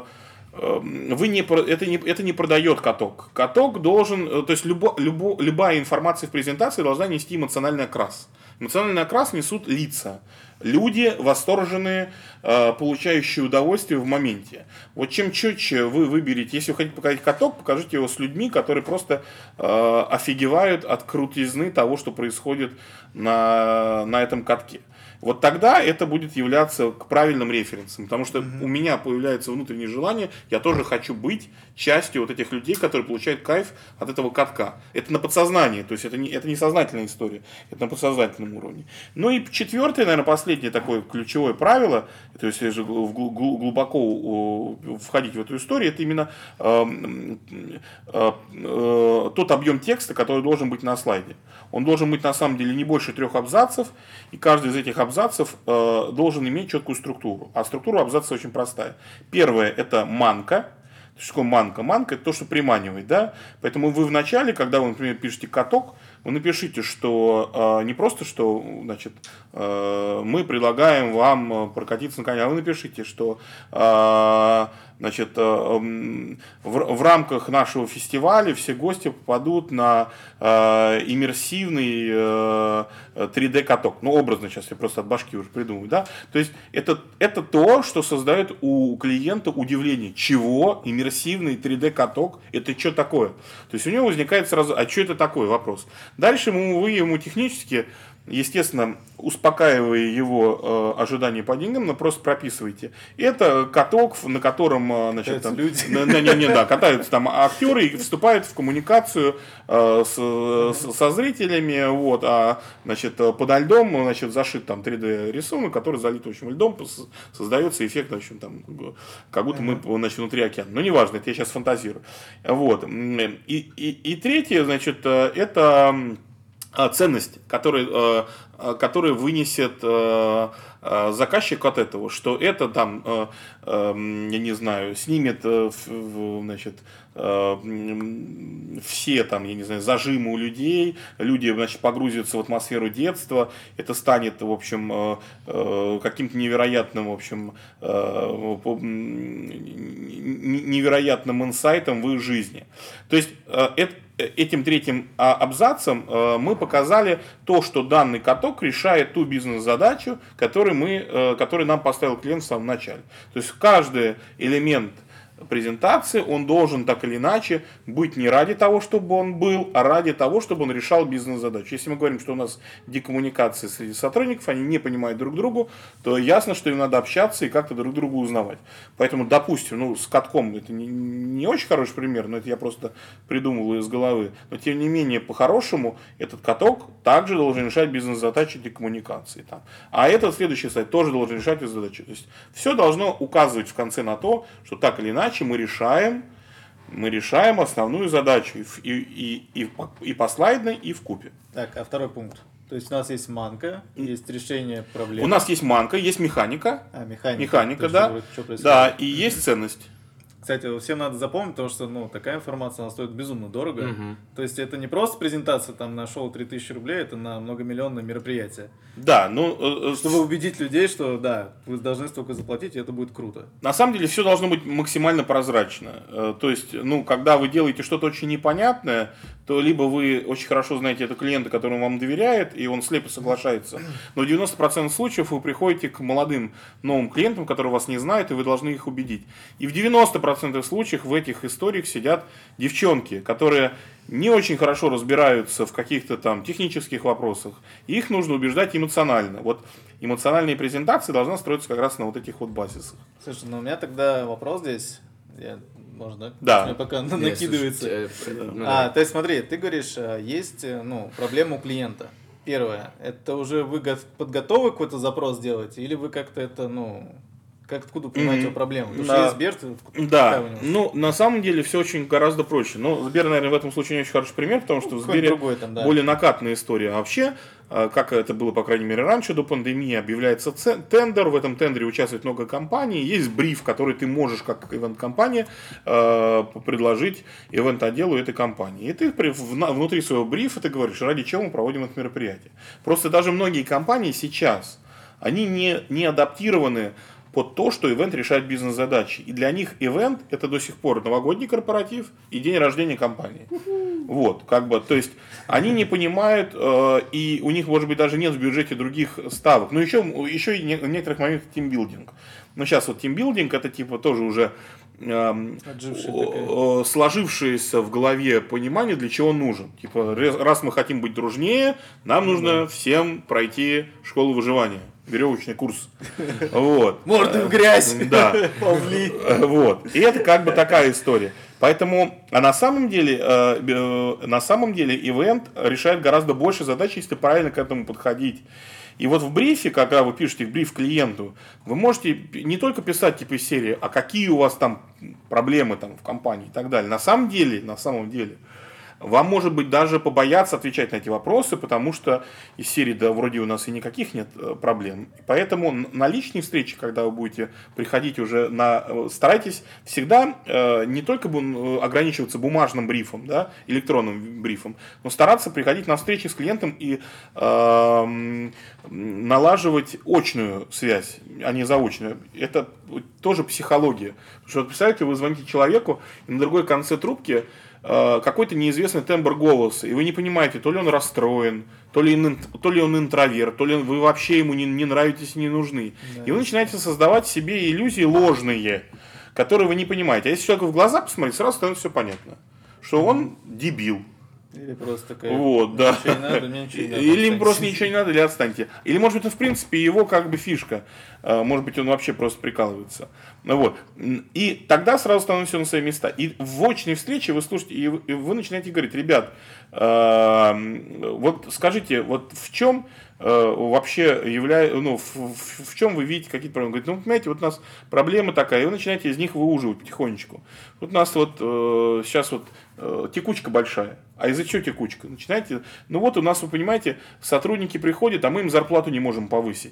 это не продает каток. Каток должен, то есть любая информация в презентации должна нести эмоциональный окрас. Эмоциональный окрас несут лица. Люди восторженные, получающие удовольствие в моменте. Вот чем четче вы выберете, если вы хотите показать каток, покажите его с людьми, которые просто офигевают от крутизны того, что происходит на этом катке. Вот тогда это будет являться правильным референсом, потому что у меня появляется внутреннее желание, я тоже хочу быть частью вот этих людей, которые получают кайф от этого катка. Это на подсознании, то есть это не сознательная история, это на подсознательном уровне. Ну и четвертое, наверное, последнее такое ключевое правило, то есть если глубоко входить в эту историю, это именно тот объем текста, который должен быть на слайде. Он должен быть на самом деле не больше 3 абзацев, и каждый из этих абзацев должен иметь четкую структуру. А структура абзаца очень простая. Первое – это манка. Что такое манка? Манка – это то, что приманивает. Да? Поэтому вы вначале, когда вы, например, пишете каток, вы напишите, что не просто, что значит, мы предлагаем вам прокатиться на коне, а вы напишите, что значит, в рамках нашего фестиваля все гости попадут на иммерсивный 3D-каток. Ну, образно сейчас я просто от башки уже придумываю. Да? То есть это то, что создает у клиента удивление. Чего? Иммерсивный 3D-каток? Это что такое? То есть у него возникает сразу, а что это такое? Вопрос. Дальше вы ему технически, естественно, успокаивая его ожидания по деньгам, просто прописываете. Это каток, на котором значит, там, катаются там актеры и вступают в коммуникацию со зрителями, вот, а значит, подо льдом значит, зашит там 3D рисунок, который залит в общем, льдом, создается эффект, в общем, там, как будто мы значит, внутри океана. Но неважно, это я сейчас фантазирую. Вот. И третье, значит, это ценность, которая вынесет заказчик от этого, что это там, я не знаю, снимет, значит, все там, я не знаю, зажимы у людей, люди, значит, погрузятся в атмосферу детства, это станет, в общем, каким-то невероятным, в общем, невероятным инсайтом в их жизни. То есть этим третьим абзацем мы показали то, что данный каток решает ту бизнес-задачу, которую нам поставил клиент в самом начале. То есть каждый элемент презентации, он должен так или иначе быть не ради того, чтобы он был, а ради того, чтобы он решал бизнес-задачу. Если мы говорим, что у нас декоммуникация среди сотрудников, они не понимают друг другу, то ясно, что им надо общаться и как-то друг друга узнавать. Поэтому, допустим, с катком это не очень хороший пример, но это я просто придумал из головы. Но, тем не менее, по-хорошему, этот каток также должен решать бизнес-задачи декоммуникации. Там. А этот следующий слайд тоже должен решать эти задачи. То есть, все должно указывать в конце на то, что так или иначе мы решаем основную задачу и послайдной, и вкупе. Так, а второй пункт. То есть у нас есть манка, есть решение проблем. У нас есть манка, есть механика. Механика, да. Да, и есть ценность. Кстати, всем надо запомнить, потому что такая информация она стоит безумно дорого. То есть это не просто презентация там, на шоу 3000 рублей, это на многомиллионное мероприятие. Да, чтобы убедить людей, что да, вы должны столько заплатить, и это будет круто. На самом деле все должно быть максимально прозрачно. То есть, когда вы делаете что-то очень непонятное, то либо вы очень хорошо знаете этого клиента, который вам доверяет, и он слепо соглашается. Но в 90% случаев вы приходите к молодым новым клиентам, которые вас не знают, и вы должны их убедить. И в 90% случаев в этих историях сидят девчонки, которые не очень хорошо разбираются в каких-то там технических вопросах. И их нужно убеждать эмоционально. Вот эмоциональная презентация должна строиться как раз на вот этих вот базисах. Слушай, у меня тогда вопрос здесь. Можно, да? Мне пока накидывается. То есть смотри, ты говоришь, есть проблема у клиента. Первое, это уже вы готовы какой-то запрос делать, или вы как-то это, откуда понимаете его проблему? Потому что есть Сбер, да. На самом деле все очень гораздо проще. Сбер, наверное, в этом случае не очень хороший пример, потому что в Сбере более накатная история. А вообще, как это было, по крайней мере, раньше, до пандемии, объявляется тендер, в этом тендере участвует много компаний, есть бриф, который ты можешь, как ивент-компания, предложить ивент-отделу этой компании. И ты внутри своего брифа ты говоришь, ради чего мы проводим это мероприятие. Просто даже многие компании сейчас, они не адаптированы под то, что ивент решает бизнес-задачи. И для них ивент – это до сих пор новогодний корпоратив и день рождения компании. Вот, как бы, то есть, они не понимают, и у них, может быть, даже нет в бюджете других ставок. Но еще и в некоторых моментах тимбилдинг. Но сейчас вот тимбилдинг – это типа тоже уже сложившееся в голове понимание, для чего он нужен. Типа, раз мы хотим быть дружнее, нам нужно всем пройти школу выживания. Веревочный курс. Вот. Морды в грязь. Да. Вот. И это как бы такая история. Поэтому, на самом деле ивент решает гораздо больше задач, если правильно к этому подходить. И вот в брифе, когда вы пишете бриф клиенту, вы можете не только писать типа из серии, а какие у вас там проблемы там в компании и так далее. На самом деле, вам, может быть, даже побояться отвечать на эти вопросы, потому что из серии, да, вроде у нас и никаких нет проблем. Поэтому на личной встрече, когда вы будете приходить уже старайтесь всегда не только ограничиваться бумажным брифом, да, электронным брифом, но стараться приходить на встречи с клиентом и налаживать очную связь, а не заочную. Это тоже психология. Потому что, представляете, вы звоните человеку, и на другой конце трубки какой-то неизвестный тембр голоса, и вы не понимаете, то ли он расстроен, то ли он интроверт, то ли вы вообще ему не нравитесь, не нужны. Да. И вы начинаете создавать себе иллюзии ложные, которые вы не понимаете. А если человеку в глаза посмотреть, сразу становится все понятно, что он дебил. Или просто такая, вот, да. Ничего не надо, мне ничего не надо. Или им просто ничего не надо, или отстаньте. Или, может быть, в принципе, его как бы фишка. Может быть, он вообще просто прикалывается. Вот. И тогда сразу становится все на свои места. И в очной встрече вы слушаете, и вы начинаете говорить: ребят, вот скажите, вот в чем вообще в чем вы видите какие-то проблемы? Говорит, понимаете, вот у нас проблема такая, и вы начинаете из них выуживать потихонечку. Вот у нас вот сейчас вот текучка большая. А из-за чего текучка? Начинаете, у нас, вы понимаете, сотрудники приходят, а мы им зарплату не можем повысить.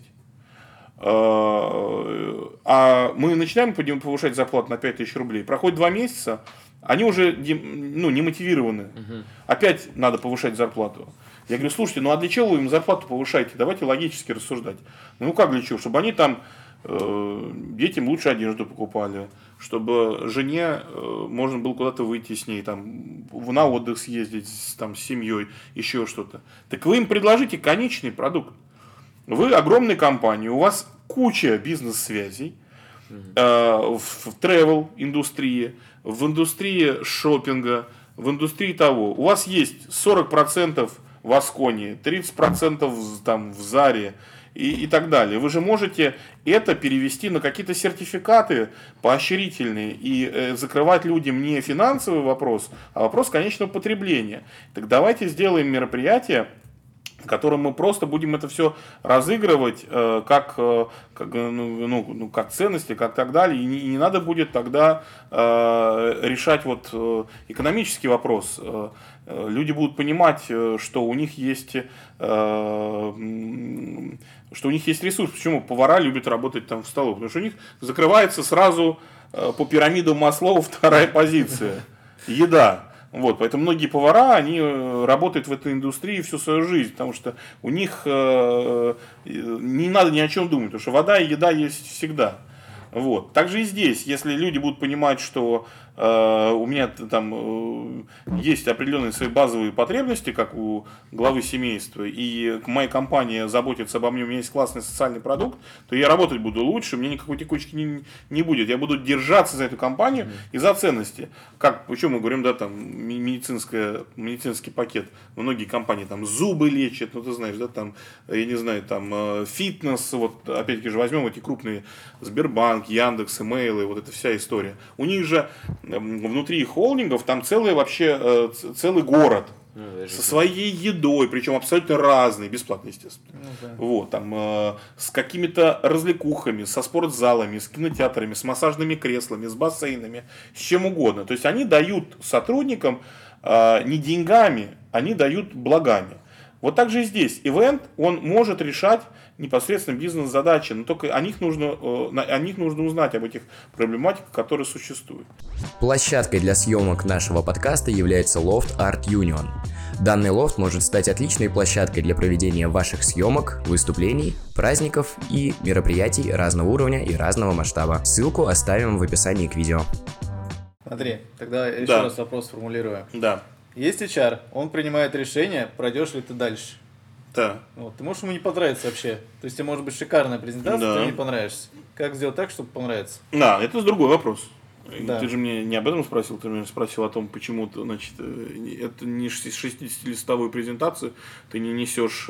А мы начинаем повышать зарплату на 5000 рублей. Проходит 2 месяца, они уже не мотивированы. Опять надо повышать зарплату. Я говорю: слушайте, а для чего вы им зарплату повышаете? Давайте логически рассуждать. Как для чего? Чтобы они там детям лучше одежду покупали, чтобы жене можно было куда-то выйти с ней, там, на отдых съездить с семьей, еще что-то. Так вы им предложите конечный продукт. Вы огромная компания, у вас куча бизнес-связей в travel-индустрии, в индустрии шопинга, в индустрии того. У вас есть 40% в Асконе, 30% там, в Заре и так далее. Вы же можете это перевести на какие-то сертификаты поощрительные и закрывать людям не финансовый вопрос, а вопрос конечного потребления. Так давайте сделаем мероприятие, в котором мы просто будем это все разыгрывать как ценности, как так далее. И не надо будет тогда решать экономический вопрос. Люди будут понимать, что у них есть ресурс. Почему повара любят работать там в столовой? Потому что у них закрывается сразу по пирамиду Маслоу вторая позиция. Еда. Поэтому многие повара, они работают в этой индустрии всю свою жизнь, потому что у них не надо ни о чем думать, потому что вода и еда есть всегда. Также и здесь, если люди будут понимать, что у меня там есть определенные свои базовые потребности, как у главы семейства, и моя компания заботится обо мне, у меня есть классный социальный продукт, то я работать буду лучше, мне никакой текучки не будет. Я буду держаться за эту компанию и за ценности. Почему мы говорим, да, там, медицинский пакет. Многие компании там зубы лечат, ты знаешь, да, там, я не знаю, там, фитнес, опять-таки же возьмем эти крупные Сбербанк, Яндекс, Имейлы, эта вся история. У них же внутри холдингов там целый город со своей едой, причем абсолютно разной, бесплатно, естественно. С какими-то развлекухами, со спортзалами, с кинотеатрами, с массажными креслами, с бассейнами, с чем угодно. То есть они дают сотрудникам не деньгами, они дают благами. Так же и здесь. Ивент, он может решать непосредственно бизнес-задачи, но только о них нужно узнать, об этих проблематиках, которые существуют. Площадкой для съемок нашего подкаста является Loft Art Union. Данный лофт может стать отличной площадкой для проведения ваших съемок, выступлений, праздников и мероприятий разного уровня и разного масштаба. Ссылку оставим в описании к видео. Смотри, тогда еще Да. раз вопрос сформулирую. Да. Есть HR, он принимает решение, пройдешь ли ты дальше. Да. Вот, ты можешь ему не понравиться вообще. То есть, тебе может быть шикарная презентация, Да. тебе не понравишься. Как сделать так, чтобы понравиться? Да, это другой вопрос. Да. Ты же мне не об этом спросил, ты меня спросил о том, почему ты, значит, это не 60-листовую презентацию ты не несешь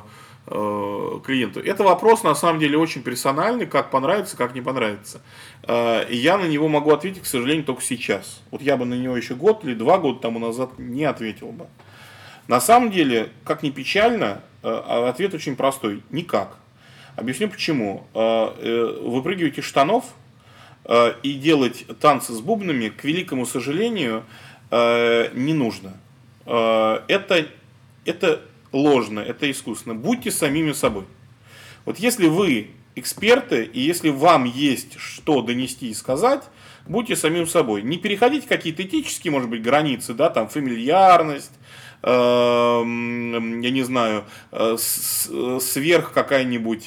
клиенту. Это вопрос, на самом деле, очень персональный, как понравится, как не понравится. И я на него могу ответить, к сожалению, только сейчас. Вот я бы на него еще год или 2 года тому назад не ответил бы. На самом деле, как ни печально, ответ очень простой. Никак. Объясню почему. Выпрыгивать из штанов и делать танцы с бубнами, к великому сожалению, не нужно. Это ложно, это искусственно. Будьте самими собой. Вот если вы эксперты, и если вам есть что донести и сказать, будьте самим собой. Не переходите какие-то этические, может быть, границы, да, там, фамильярность, я не знаю, сверх какая-нибудь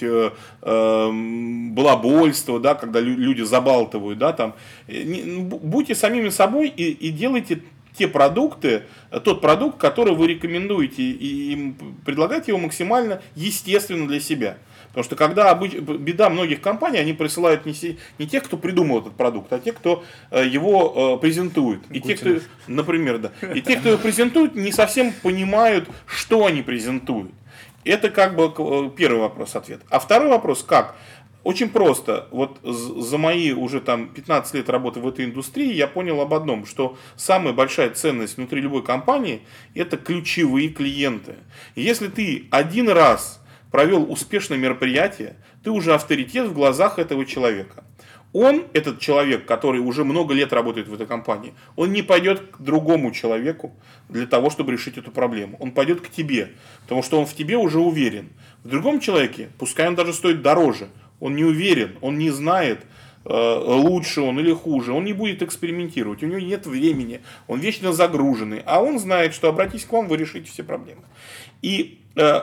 балабольство, да, когда люди забалтывают, да, там. Будьте самими собой и делайте те продукты, тот продукт, который вы рекомендуете, и предлагайте его максимально естественно для себя. Потому что когда беда многих компаний, они присылают не тех, кто придумал этот продукт, а тех, кто его презентует. И те, кто, например, да. И те, кто его презентует, не совсем понимают, что они презентуют. Это как бы первый вопрос-ответ. А второй вопрос как? Очень просто. Вот за мои уже там 15 лет работы в этой индустрии я понял об одном, что самая большая ценность внутри любой компании – это ключевые клиенты. И если ты один раз провел успешное мероприятие, ты уже авторитет в глазах этого человека. Он, этот человек, который уже много лет работает в этой компании, он не пойдет к другому человеку для того, чтобы решить эту проблему. Он пойдет к тебе, потому что он в тебе уже уверен. В другом человеке, пускай он даже стоит дороже, он не уверен, он не знает, лучше он или хуже, он не будет экспериментировать, у него нет времени, он вечно загруженный, а он знает, что обратись к вам, вы решите все проблемы. И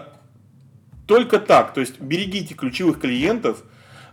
только так, то есть берегите ключевых клиентов,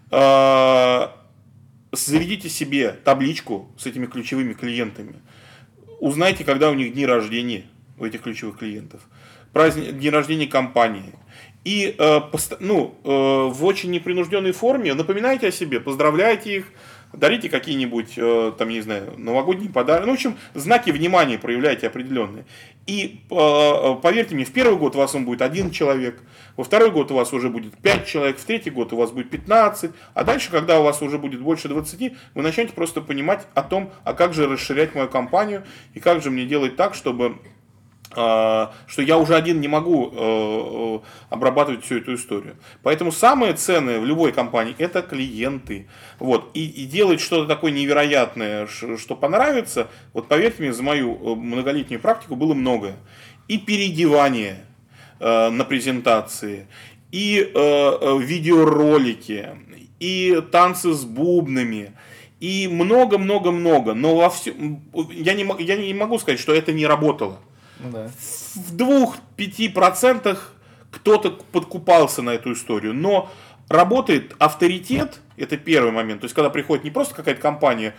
заведите себе табличку с этими ключевыми клиентами, узнайте, когда у них дни рождения, у этих ключевых клиентов, дни рождения компании. И в очень непринужденной форме напоминайте о себе, поздравляйте их, дарите какие-нибудь, там, не знаю, новогодние подарки. Ну, в общем, знаки внимания проявляйте определенные. И поверьте мне, в первый год у вас он будет 1 человек, во второй год у вас уже будет 5 человек, в третий год у вас будет 15, а дальше, когда у вас уже будет больше 20, вы начнете просто понимать о том, а как же расширять мою компанию, и как же мне делать так, чтобы что я уже один не могу обрабатывать всю эту историю. Поэтому самое ценное в любой компании – это клиенты. Вот. И делать что-то такое невероятное, что понравится, вот поверьте мне, за мою многолетнюю практику было многое. И переодевание на презентации, и видеоролики, и танцы с бубнами, и много-много-много. Но я не могу сказать, что это не работало. Ну, да. В 2-5% кто-то подкупался на эту историю, но работает авторитет, это первый момент. То есть, когда приходит не просто какая-то компания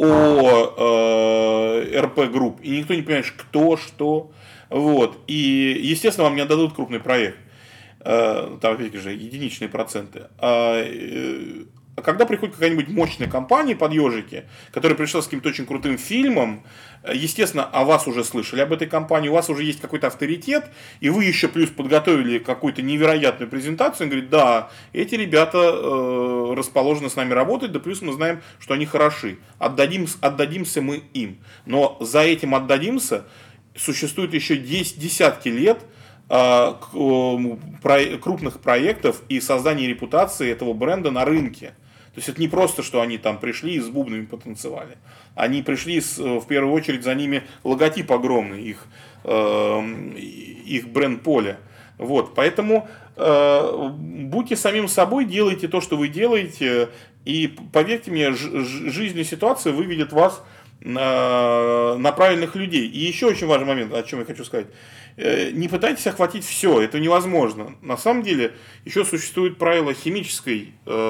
РП Групп, и никто не понимает, кто, что. Вот. И, естественно, вам не отдадут крупный проект. Там, опять же, единичные проценты. А когда приходит какая-нибудь мощная компания под ежики, которая пришла с каким-то очень крутым фильмом, естественно, о вас уже слышали, об этой компании, у вас уже есть какой-то авторитет, и вы еще плюс подготовили какую-то невероятную презентацию, и говорит, да, эти ребята расположены с нами работать, да плюс мы знаем, что они хороши, отдадимся мы им. Но за этим отдадимся существует еще десятки лет крупных проектов и создания репутации этого бренда на рынке. То есть это не просто, что они там пришли и с бубнами потанцевали. Они пришли, в первую очередь, за ними логотип огромный, их бренд-поле. Вот, поэтому будьте самим собой, делайте то, что вы делаете, и поверьте мне, жизнь и ситуация выведет вас на правильных людей. И еще очень важный момент, о чем я хочу сказать. Не пытайтесь охватить все, это невозможно. На самом деле, еще существует правило химической,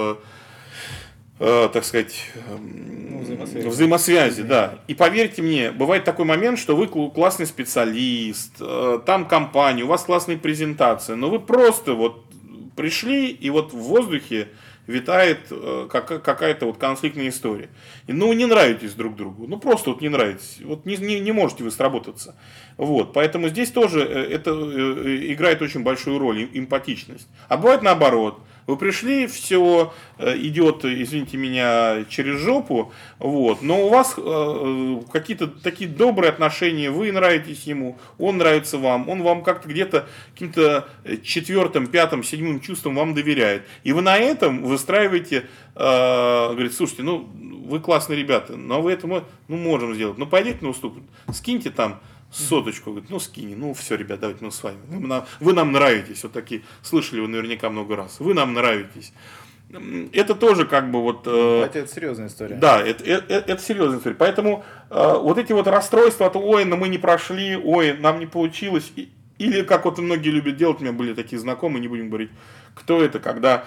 так сказать, взаимосвязи, да. И поверьте мне, бывает такой момент, что вы классный специалист, там компания, у вас классная презентация, но вы просто вот пришли, и вот в воздухе витает какая-то вот конфликтная история. И, ну, не нравитесь друг другу. Ну, просто вот не нравитесь. Вот не можете вы сработаться. Вот. Поэтому здесь тоже это играет очень большую роль, эмпатичность. А бывает наоборот. Вы пришли, все идет, извините меня, через жопу, вот, но у вас какие-то такие добрые отношения, вы нравитесь ему, он нравится вам, он вам как-то где-то каким-то 4-м, 5-м, 7-м чувством вам доверяет. И вы на этом выстраиваете, говорит, слушайте, ну, вы классные ребята, но вы это можем сделать, ну, пойдите на уступ, скиньте там соточку, говорит, ну скинь, ну все, ребят, давайте мы с вами. Вы нам нравитесь, вот такие, слышали вы наверняка много раз, вы нам нравитесь. Это тоже как бы вот... Это серьезная история. Да, это серьезная история. Поэтому вот эти вот расстройства от ой, но мы не прошли, ой, нам не получилось. Или как вот многие любят делать, у меня были такие знакомые, не будем говорить, кто это, когда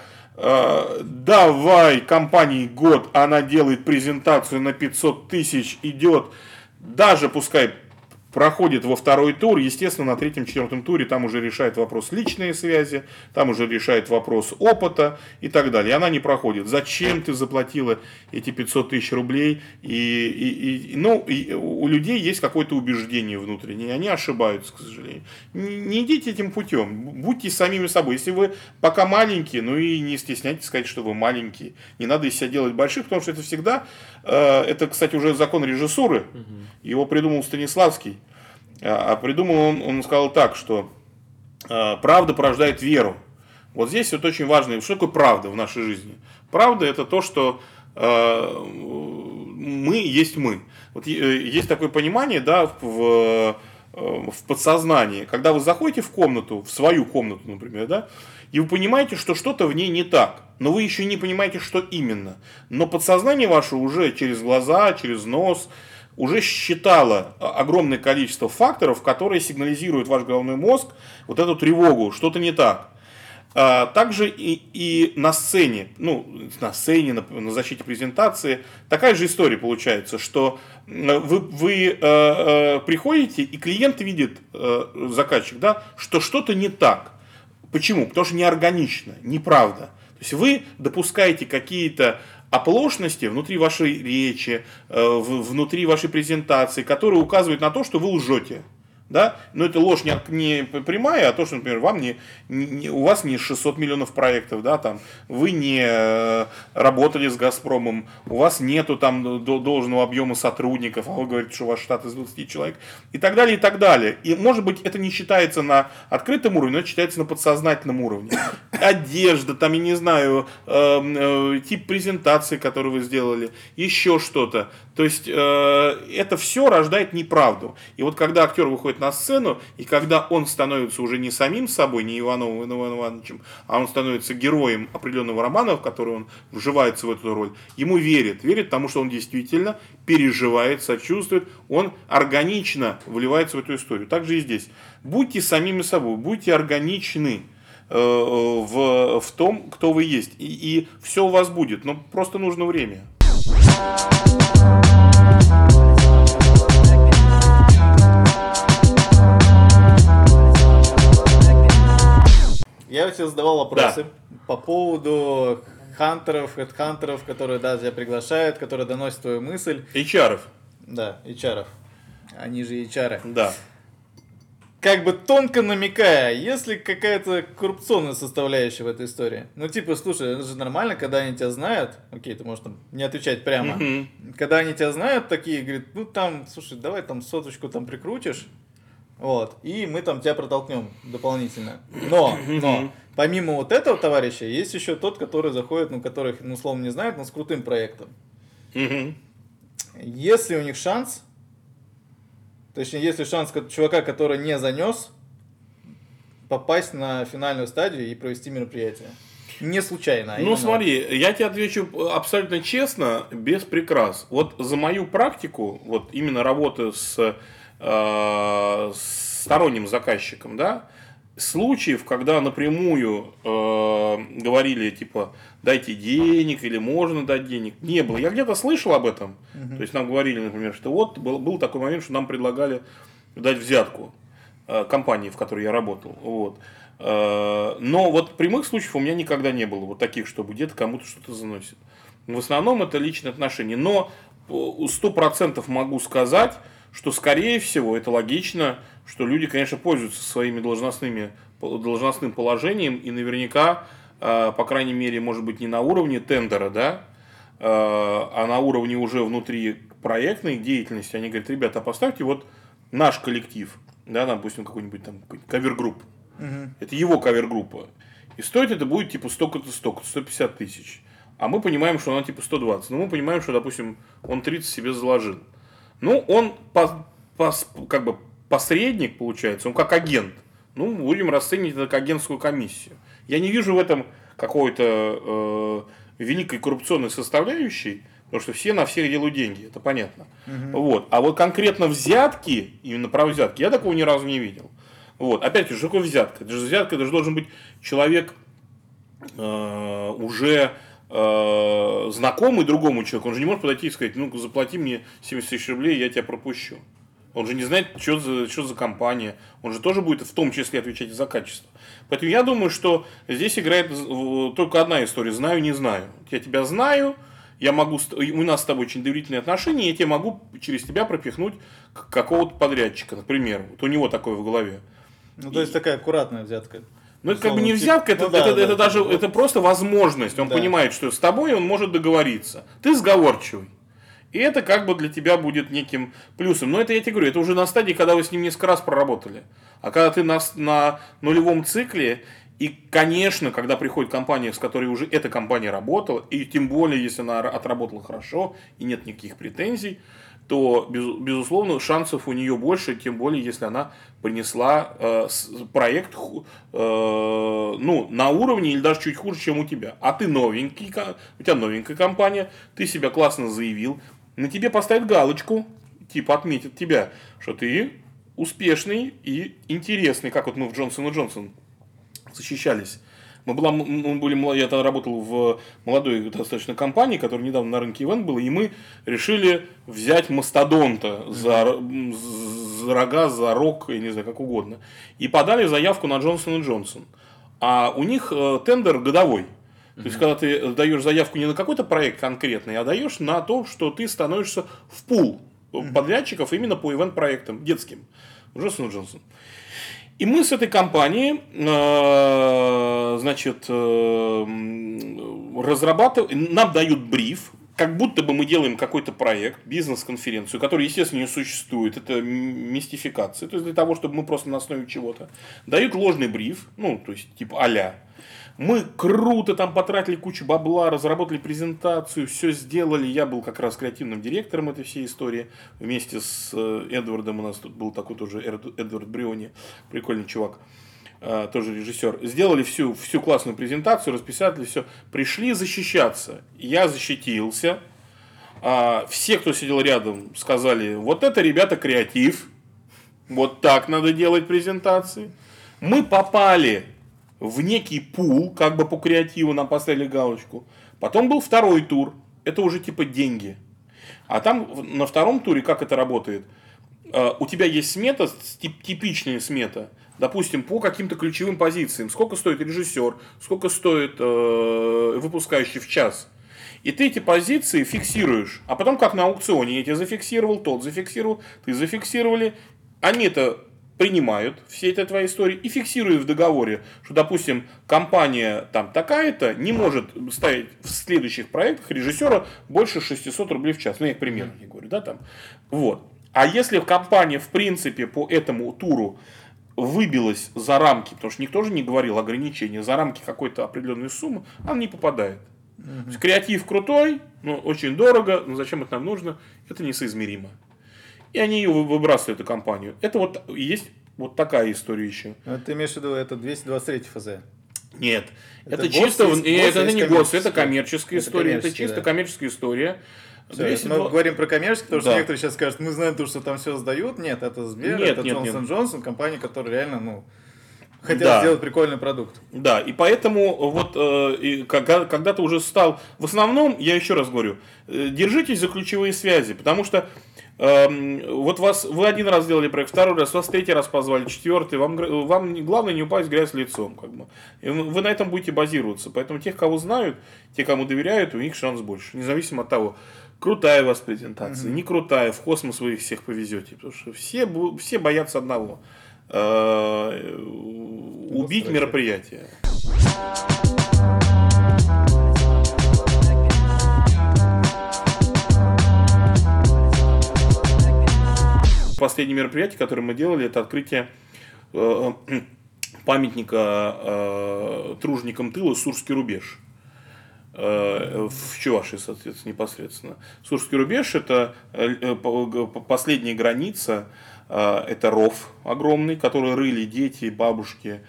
давай компании год, она делает презентацию на 500 тысяч, идет, даже пускай проходит во второй тур, естественно, на 3-4 туре там уже решает вопрос личные связи, там уже решает вопрос опыта и так далее. И она не проходит. Зачем ты заплатила эти 500 тысяч рублей? И у людей есть какое-то убеждение внутреннее, они ошибаются, к сожалению. Не идите этим путем, будьте самими собой. Если вы пока маленькие, ну и не стесняйтесь сказать, что вы маленькие. Не надо из себя делать больших, потому что это всегда, это, кстати, уже закон режиссуры, его придумал Станиславский. А придумал он сказал так, что правда порождает веру. Вот здесь вот очень важно, что такое правда в нашей жизни. Правда это то, что мы есть мы. Вот есть такое понимание, да, в подсознании, когда вы заходите в комнату, в свою комнату, например, да, и вы понимаете, что что-то в ней не так, но вы еще не понимаете, что именно. Но подсознание ваше уже через глаза, через нос уже считало огромное количество факторов, которые сигнализируют ваш головной мозг вот эту тревогу, что-то не так. Также и на сцене, на защите презентации, такая же история получается, что вы приходите, и клиент видит, заказчик, да, что что-то не так. Почему? Потому что неорганично, неправда. То есть вы допускаете какие-то оплошности внутри вашей речи, внутри вашей презентации, которые указывают на то, что вы лжете. Да? Но это ложь не прямая, а то, что, например, у вас не 600 миллионов проектов, да, там, вы не работали с «Газпромом», у вас нету там должного объема сотрудников, а вы говорите, что ваш штат из 20 человек, и так далее, и так далее. И, может быть, это не считается на открытом уровне, но это считается на подсознательном уровне. Одежда, там, я не знаю, тип презентации, которую вы сделали, еще что-то. То есть, это все рождает неправду. И вот когда актер выходит на сцену, и когда он становится уже не самим собой, не Ивановым Ивановичем, а он становится героем определенного романа, в который он вживается в эту роль, ему верит, потому что он действительно переживает, сочувствует, он органично вливается в эту историю. Так же и здесь. Будьте самими собой, будьте органичны в том, кто вы есть, и все у вас будет, но просто нужно время. Я тебе задавал вопросы по поводу хедхантеров, которые тебя приглашают, которые доносят твою мысль. HR-ов. Да, HR-ов. Они же HR-ы. Да. Как бы тонко намекая, есть ли какая-то коррупционная составляющая в этой истории? Ну, типа, слушай, это же нормально, когда они тебя знают. Окей, ты можешь там не отвечать прямо. Когда они тебя знают, такие, говорят, ну там, слушай, давай там соточку там прикрутишь. Вот, и мы там тебя протолкнем дополнительно. Но, помимо вот этого товарища, есть еще тот, который заходит, которых, условно, не знают, но с крутым проектом. Если у них шанс, точнее, если шанс чувака, который не занес, попасть на финальную стадию и провести мероприятие. Не случайно. Ну, смотри, я тебе отвечу абсолютно честно, без прикрас. Вот за мою практику, вот именно работы с сторонним заказчиком, да, случаев, когда напрямую говорили, типа, дайте денег или можно дать денег, не было. Я где-то слышал об этом. То есть нам говорили, например, что вот был такой момент, что нам предлагали дать взятку компании, в которой я работал. Вот. Но вот прямых случаев у меня никогда не было, вот таких, чтобы где-то кому-то что-то заносит. В основном это личные отношения. Но 100% могу сказать, что, скорее всего, это логично, что люди, конечно, пользуются своими должностным положением, и наверняка, по крайней мере, может быть, не на уровне тендера, да, а на уровне уже внутри проектной деятельности, они говорят, ребята, поставьте вот наш коллектив, да, допустим, какой-нибудь там кавер-групп. Это его кавер-группа. И стоит это будет типа столько-то, 150 тысяч. А мы понимаем, что она типа 120. Но мы понимаем, что, допустим, он 30 себе заложил. Ну, он как бы посредник, получается, он как агент. Ну, будем расценивать это как агентскую комиссию. Я не вижу в этом какой-то великой коррупционной составляющей, потому что все на всех делают деньги, это понятно. Вот. А вот конкретно взятки, именно про взятки, я такого ни разу не видел. Вот. Опять же, что такое взятка? Это же взятка, это же должен быть человек уже знакомый другому человеку. Он же не может подойти и сказать, ну заплати мне 70 тысяч рублей, я тебя пропущу. Он же не знает, что за компания. Он же тоже будет в том числе отвечать за качество. Поэтому я думаю, что здесь играет только одна история. Знаю, не знаю. Я тебя знаю, у нас с тобой очень доверительные отношения, я тебе могу через тебя пропихнуть какого-то подрядчика, например. Вот у него такое в голове. Ну, то есть такая аккуратная взятка. Ну, это как бы не взятка, это просто возможность. Он понимает, что с тобой он может договориться. Ты сговорчивый. И это как бы для тебя будет неким плюсом. Но это я тебе говорю, это уже на стадии, когда вы с ним несколько раз проработали. А когда ты на нулевом цикле, и, конечно, когда приходит компания, с которой уже эта компания работала, и тем более, если она отработала хорошо, и нет никаких претензий, то, безусловно, шансов у нее больше, тем более, если она принесла проект на уровне или даже чуть хуже, чем у тебя. А ты новенький, у тебя новенькая компания, ты себя классно заявил, на тебе поставят галочку, типа отметят тебя, что ты успешный и интересный, как вот мы в Джонсон & Джонсон защищались. Я тогда работал в молодой достаточно компании, которая недавно на рынке ивент была, и мы решили взять мастодонта за рога, за рог, я не знаю, как угодно. И подали заявку на Джонсон & Джонсон. А у них тендер годовой. То есть, когда ты даешь заявку не на какой-то проект конкретный, а даешь на то, что ты становишься в пул подрядчиков именно по ивент-проектам детским. Джонсон & Джонсон. И мы с этой компанией, разрабатываем, нам дают бриф, как будто бы мы делаем какой-то проект, бизнес-конференцию, которая, естественно, не существует. Это мистификация. То есть, для того, чтобы мы просто на основе чего-то. Дают ложный бриф, ну, то есть, типа а-ля. Мы круто там потратили кучу бабла, разработали презентацию, все сделали. Я был как раз креативным директором этой всей истории. Вместе с Эдвардом у нас тут был такой тоже Эдвард Бриони, прикольный чувак, тоже режиссер. Сделали всю классную презентацию, расписали все. Пришли защищаться. Я защитился. Все, кто сидел рядом, сказали, вот это, ребята, креатив. Вот так надо делать презентации. Мы попали в некий пул, как бы по креативу нам поставили галочку. Потом был второй тур. Это уже типа деньги. А там на втором туре как это работает? У тебя есть смета, типичная смета. Допустим, по каким-то ключевым позициям. Сколько стоит режиссер, сколько стоит выпускающий в час. И ты эти позиции фиксируешь. А потом, как на аукционе, я тебя зафиксировал, тот зафиксировал, ты зафиксировали. Они это принимают, все это твои истории, и фиксируют в договоре, что, допустим, компания там такая-то не может ставить в следующих проектах режиссера больше 600 рублей в час. Ну, я к примеру не говорю, да, там. Вот. А если компания, в принципе, по этому туру выбилась за рамки, потому что никто же не говорил ограничения, за рамки какой-то определенной суммы, она не попадает. То есть, креатив крутой, но очень дорого, но зачем это нам нужно, это несоизмеримо. И они ее выбрасывают, эту компанию. Это вот есть вот такая история еще. Ты имеешь в виду, это 223 ФЗ? Нет. Это ГОСТ чисто, есть, это есть не ГОСТ, это коммерческая. коммерческая история. Это коммерческая, чисто да. коммерческая история. Всё, 202 мы говорим про коммерческий, потому что Да. некоторые сейчас скажут, мы знаем то, что там все сдают. Нет, это Сбер, Нет, это нет, Джонсон нет. Джонсон, компания, которая реально, хотят Да. сделать прикольный продукт. Да, и поэтому вот когда ты уже стал... В основном, я еще раз говорю, держитесь за ключевые связи, потому что вот вы один раз сделали проект, второй раз, вас третий раз позвали, четвертый, вам главное не упасть в грязь лицом. Как бы. И вы на этом будете базироваться. Поэтому тех, кого знают, те, кому доверяют, у них шанс больше. Независимо от того, крутая у вас презентация, не крутая, в космос вы их всех повезете. Потому что все боятся одного. Убить мероприятие. Последнее мероприятие, которое мы делали, это открытие памятника труженикам тыла «Сурский рубеж». В Чувашии, соответственно, непосредственно. Сурский рубеж – это последняя граница, это ров огромный, который рыли дети, бабушки,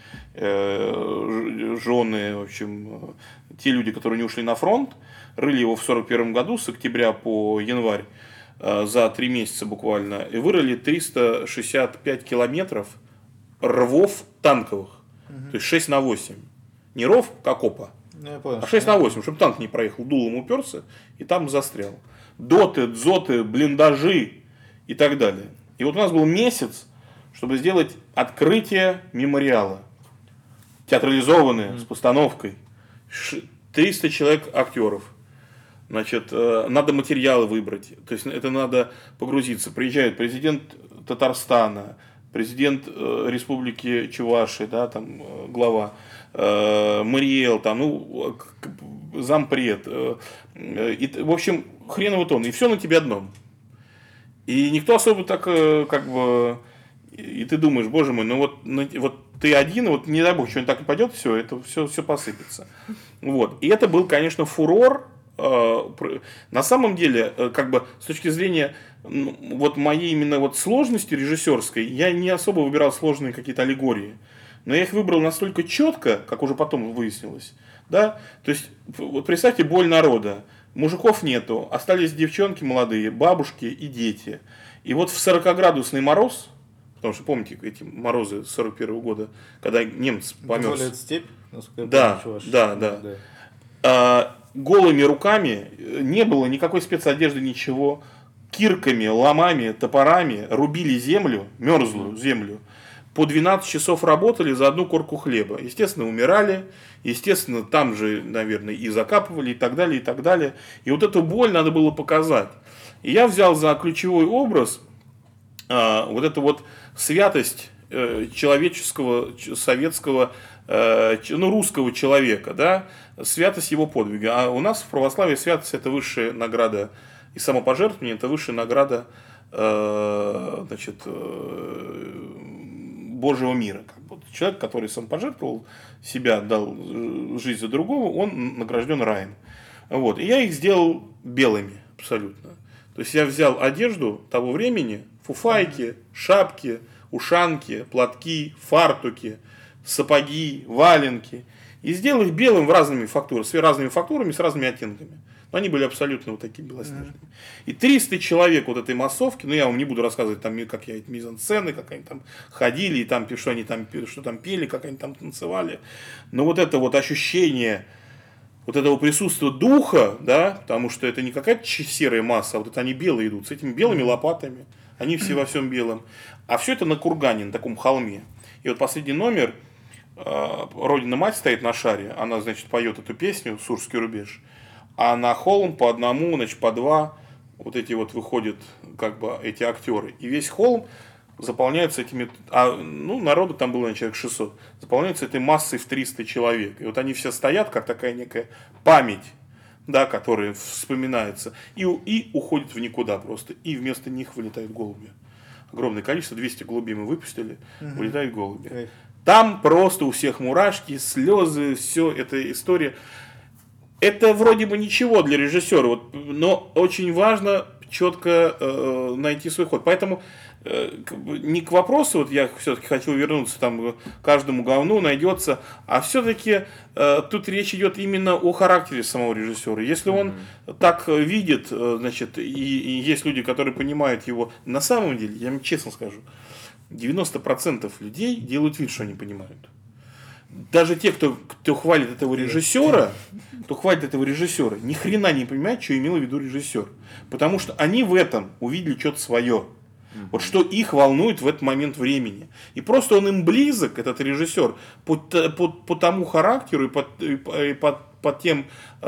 жены, в общем, те люди, которые не ушли на фронт, рыли его в 1941 году с октября по январь, за 3 месяца буквально, и вырыли 365 километров рвов танковых, то есть 6 на 8. Не ров, как окопа, Я понял. а 6 на 8, чтобы танк не проехал, дулом уперся и там застрял. Доты, дзоты, блиндажи и так далее. И вот у нас был месяц, чтобы сделать открытие мемориала. Театрализованное, с постановкой. 300 человек актеров. Значит, надо материалы выбрать. То есть это надо погрузиться. Приезжает президент Татарстана, президент Республики Чувашия, да, там глава, Мариэл, там, зампред. И, в общем, хреново тон. И все на тебе одном. И никто особо так, как бы, и ты думаешь, боже мой, вот ты один, и вот не дай бог, что-нибудь так упадет, все, это все посыпется. Вот. И это был, конечно, фурор. На самом деле, как бы, с точки зрения вот моей именно вот сложности режиссерской, я не особо выбирал сложные какие-то аллегории. Но я их выбрал настолько четко, как уже потом выяснилось. Да? То есть, вот представьте боль народа. Мужиков нету, остались девчонки молодые, бабушки и дети. И вот в 40-градусный мороз, потому что помните эти морозы 41 года, когда немец померз. Это степь, насколько я Да, помню, Чувашия. да. Голыми руками, не было никакой спецодежды, ничего. Кирками, ломами, топорами рубили землю, мерзлую землю. По 12 часов работали за одну корку хлеба. Естественно, умирали. Естественно, там же, наверное, и закапывали, и так далее, и так далее. И вот эту боль надо было показать. И я взял за ключевой образ вот эту вот святость человеческого, советского, русского человека, да, святость его подвига. А у нас в православии святость – это высшая награда, и самопожертвование – это высшая награда, Божьего мира. Человек, который самопожертвовал себя, отдал жизнь за другого, он награжден раем. Вот. И я их сделал белыми абсолютно. То есть я взял одежду того времени, фуфайки, шапки, ушанки, платки, фартуки, сапоги, валенки, и сделал их белым с разными фактурами, с разными оттенками. Но они были абсолютно вот такие белоснежные. И 300 человек вот этой массовки, я вам не буду рассказывать, там, как я эти мизансцены, как они там ходили, и там, что там пели, как они там танцевали. Но вот это вот ощущение вот этого присутствия духа, да, потому что это не какая-то серая масса, а вот это они белые идут, с этими белыми лопатами, они все во всем белом. А все это на кургане, на таком холме. И вот последний номер, Родина-мать стоит на шаре, она, значит, поет эту песню «Сурский рубеж». А на холм по одному, значит, по два вот эти вот выходят как бы эти актеры. И весь холм заполняется этими... народу там было, наверное, человек 600. Заполняется этой массой в 300 человек. И вот они все стоят, как такая некая память, да, которая вспоминается. И уходит в никуда просто. И вместо них вылетают голуби. Огромное количество, 200 голубей мы выпустили, вылетают голуби. Там просто у всех мурашки, слезы, все, эта история... Это вроде бы ничего для режиссера, но очень важно четко найти свой ход. Поэтому не к вопросу, вот я все-таки хотел вернуться, там каждому говну найдется, а все-таки тут речь идет именно о характере самого режиссера. Если он так видит, значит, и есть люди, которые понимают его, на самом деле, я вам честно скажу, 90% людей делают вид, что они понимают. Даже те, кто хвалит этого режиссера, ни хрена не понимают, что имел в виду режиссер. Потому что они в этом увидели что-то свое. Вот что их волнует в этот момент времени. И просто он им близок, этот режиссер, по тому характеру и по тем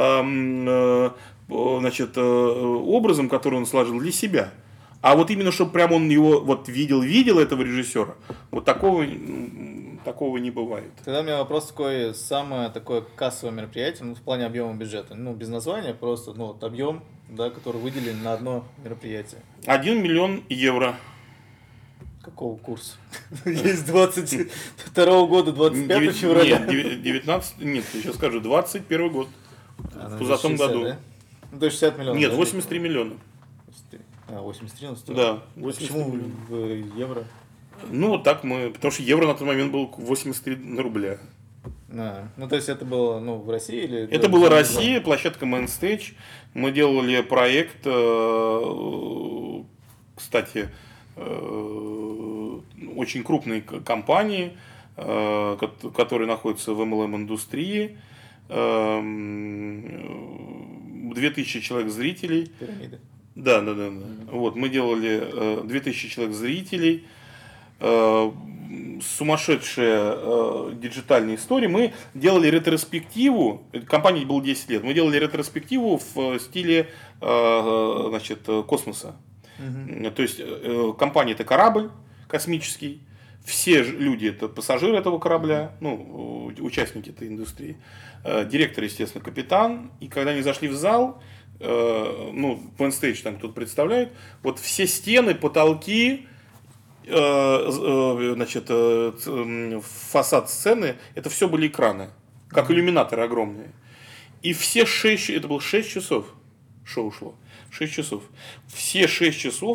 значит, образом, который он сложил для себя. А вот именно, чтобы прям он его вот видел этого режиссера, вот такого не бывает. Тогда у меня вопрос такой, самое такое кассовое мероприятие, ну, в плане объема бюджета, ну, без названия, просто, ну, вот объем, да, который выделен на одно мероприятие. 1 миллион евро. Какого курса? Есть 22 года, 25 февраля. Нет, 19, нет, я сейчас скажу, 21 год. В позатом году. Да? Ну, то есть 60 миллионов. Нет, да? 83 миллиона. 83 на 100? Да, 83 почему в евро? Ну, вот так потому что евро на тот момент был 83 рубля. Ну, то есть это было, ну, в России или... Это была Россия, площадка Mainstage. Мы делали проект, кстати, очень крупной компании, которая находится в MLM-индустрии. 2000 человек зрителей. Пирамида. Да. Вот, мы делали 2000 человек зрителей. Сумасшедшая диджитальная история. Мы делали ретроспективу, компании было 10 лет, мы делали ретроспективу в стиле значит, космоса. То есть компания — это корабль космический, все люди — это пассажиры этого корабля, ну, участники этой индустрии. Директор, естественно, капитан. И когда они зашли в зал, ну, Mainstage там кто-то представляет, вот все стены, потолки, значит, фасад сцены, это все были экраны, как иллюминаторы огромные. И все 6, это было 6 часов шоу шло, 6 часов. Все 6 часов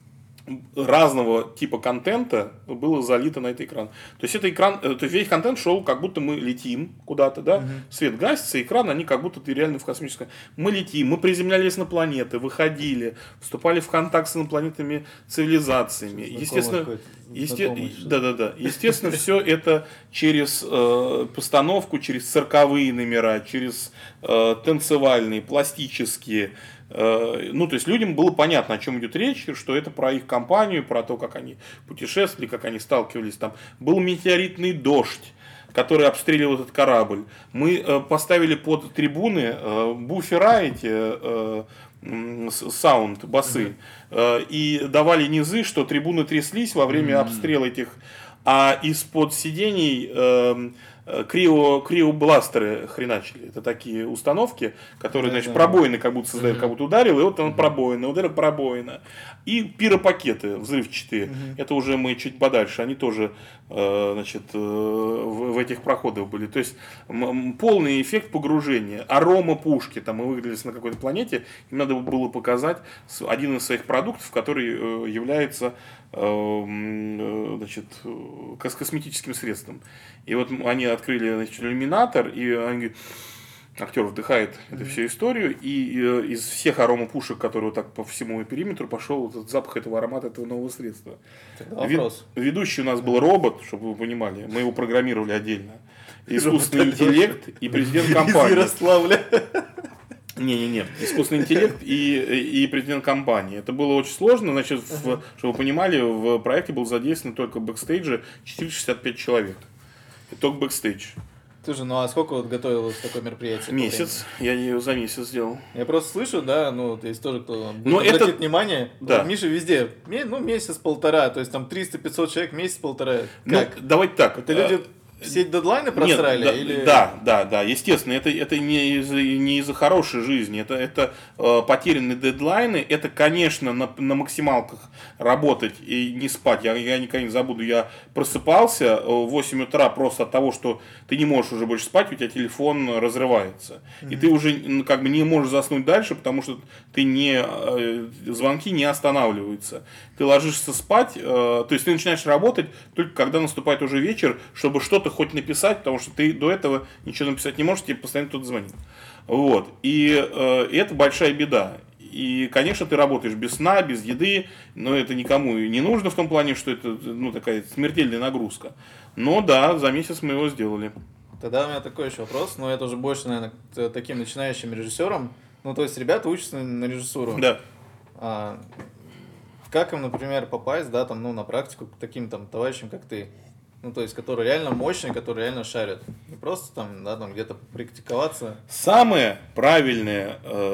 разного типа контента было залито на этот экран. То есть это экран, то есть весь контент шел, как будто мы летим куда-то, да, свет гасится, экран, они как будто ты реально в космическом. Мы летим, мы приземлялись на планеты, выходили, вступали в контакт с инопланетными цивилизациями. Естественно, естественно, все это через постановку, через цирковые номера, через танцевальные, пластические. Ну, то есть людям было понятно, о чем идет речь, что это про их компанию, про то, как они путешествовали, как они сталкивались там. Был метеоритный дождь, который обстреливал этот корабль. Мы поставили под трибуны буфера эти, саунд, басы, и давали низы, что трибуны тряслись во время обстрела этих, а из-под сидений криобластеры хреначили. Это такие установки, которые, значит, пробоины как будто создают, как будто ударил, и вот он пробоина, ударил пробоина. И пиропакеты взрывчатые. Это уже мы чуть подальше. Они тоже, значит, в этих проходах были. То есть полный эффект погружения. Арома пушки. Там мы выигрались на какой-то планете. Им надо было показать один из своих продуктов, который является, значит, косметическим средством. И вот они открыли, значит, иллюминатор, и они говорят, актер вдыхает эту всю историю, и из всех аромапушек, которые вот так по всему периметру, пошел этот запах этого аромата, этого нового средства. Ведущий у нас был робот, чтобы вы понимали, мы его программировали отдельно. Искусственный интеллект и президент компании. Из Ярославля. Не. Искусственный интеллект и президент компании. Это было очень сложно. Значит, чтобы вы понимали, в проекте был задействован только в бэкстейдже 465 человек. И только бэкстейдж. Слушай, ну а сколько вот готовилось такое мероприятие? Месяц. Я ее за месяц сделал. Я просто слышу, да, ну, то есть тоже кто обратит внимание, да. Вот Миша везде, ну, месяц-полтора, то есть там 300-500 человек, месяц-полтора. Ну, давайте так. Это люди все дедлайны просрали? Нет, или... да, естественно, это не из-за хорошей жизни, это потерянные дедлайны, это, конечно, на максималках работать и не спать. Я никогда не забуду, я просыпался в 8 утра просто от того, что ты не можешь уже больше спать, у тебя телефон разрывается. И ты уже как бы не можешь заснуть дальше, потому что звонки не останавливаются. Ты ложишься спать, то есть ты начинаешь работать только когда наступает уже вечер, чтобы что-то хоть написать, потому что ты до этого ничего написать не можешь, тебе постоянно кто-то звонит. Вот. И это большая беда. И, конечно, ты работаешь без сна, без еды, но это никому и не нужно в том плане, что это такая смертельная нагрузка. Но да, за месяц мы его сделали. Тогда у меня такой еще вопрос, но это уже больше, наверное, к таким начинающим режиссерам. Ну, то есть ребята учатся на режиссуру. Да. Как им, например, попасть, да, там, на практику к таким там товарищам, как ты? Ну, то есть, которые реально мощные, которые реально шарят. Не просто там, да, там где-то практиковаться. Самое правильное,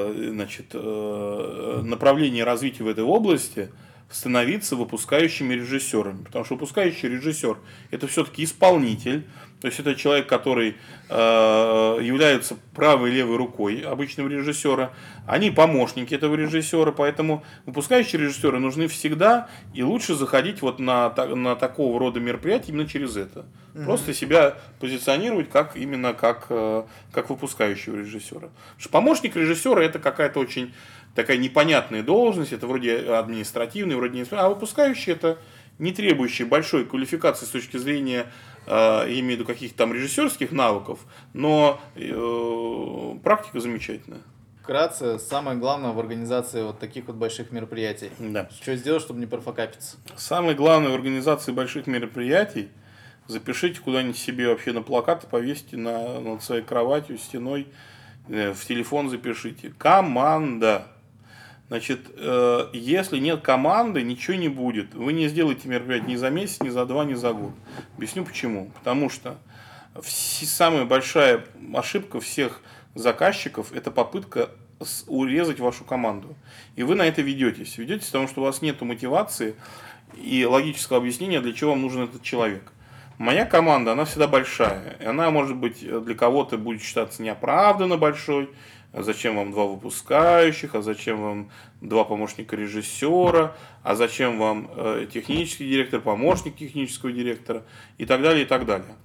направление развития в этой области – становиться выпускающими режиссерами. Потому что выпускающий режиссер – это все-таки исполнитель. То есть, это человек, который является правой и левой рукой обычного режиссера. Они помощники этого режиссера. Поэтому выпускающие режиссеры нужны всегда. И лучше заходить вот на такого рода мероприятия именно через это. Просто себя позиционировать именно как выпускающего режиссера. Потому что помощник режиссера – это какая-то очень такая непонятная должность. Это вроде административная, вроде не... А выпускающий – это не требующий большой квалификации с точки зрения, я имею в виду, каких-то там режиссерских навыков, но практика замечательная. Вкратце, самое главное в организации вот таких вот больших мероприятий. Да. Что сделать, чтобы не профокапиться? Самое главное в организации больших мероприятий – запишите куда-нибудь себе вообще на плакат, повесьте над своей кроватью, стеной, в телефон запишите. Команда. Значит, если нет команды, ничего не будет. Вы не сделаете мероприятие ни за месяц, ни за 2, ни за год. Объясню почему. Потому что самая большая ошибка всех заказчиков – это попытка урезать вашу команду. И вы на это ведетесь. Ведетесь, потому что у вас нет мотивации и логического объяснения, для чего вам нужен этот человек. Моя команда, она всегда большая. И она, может быть, для кого-то будет считаться неоправданно большой. А зачем вам 2 выпускающих, а зачем вам 2 помощника режиссера, а зачем вам технический директор, помощник технического директора и так далее, и так далее.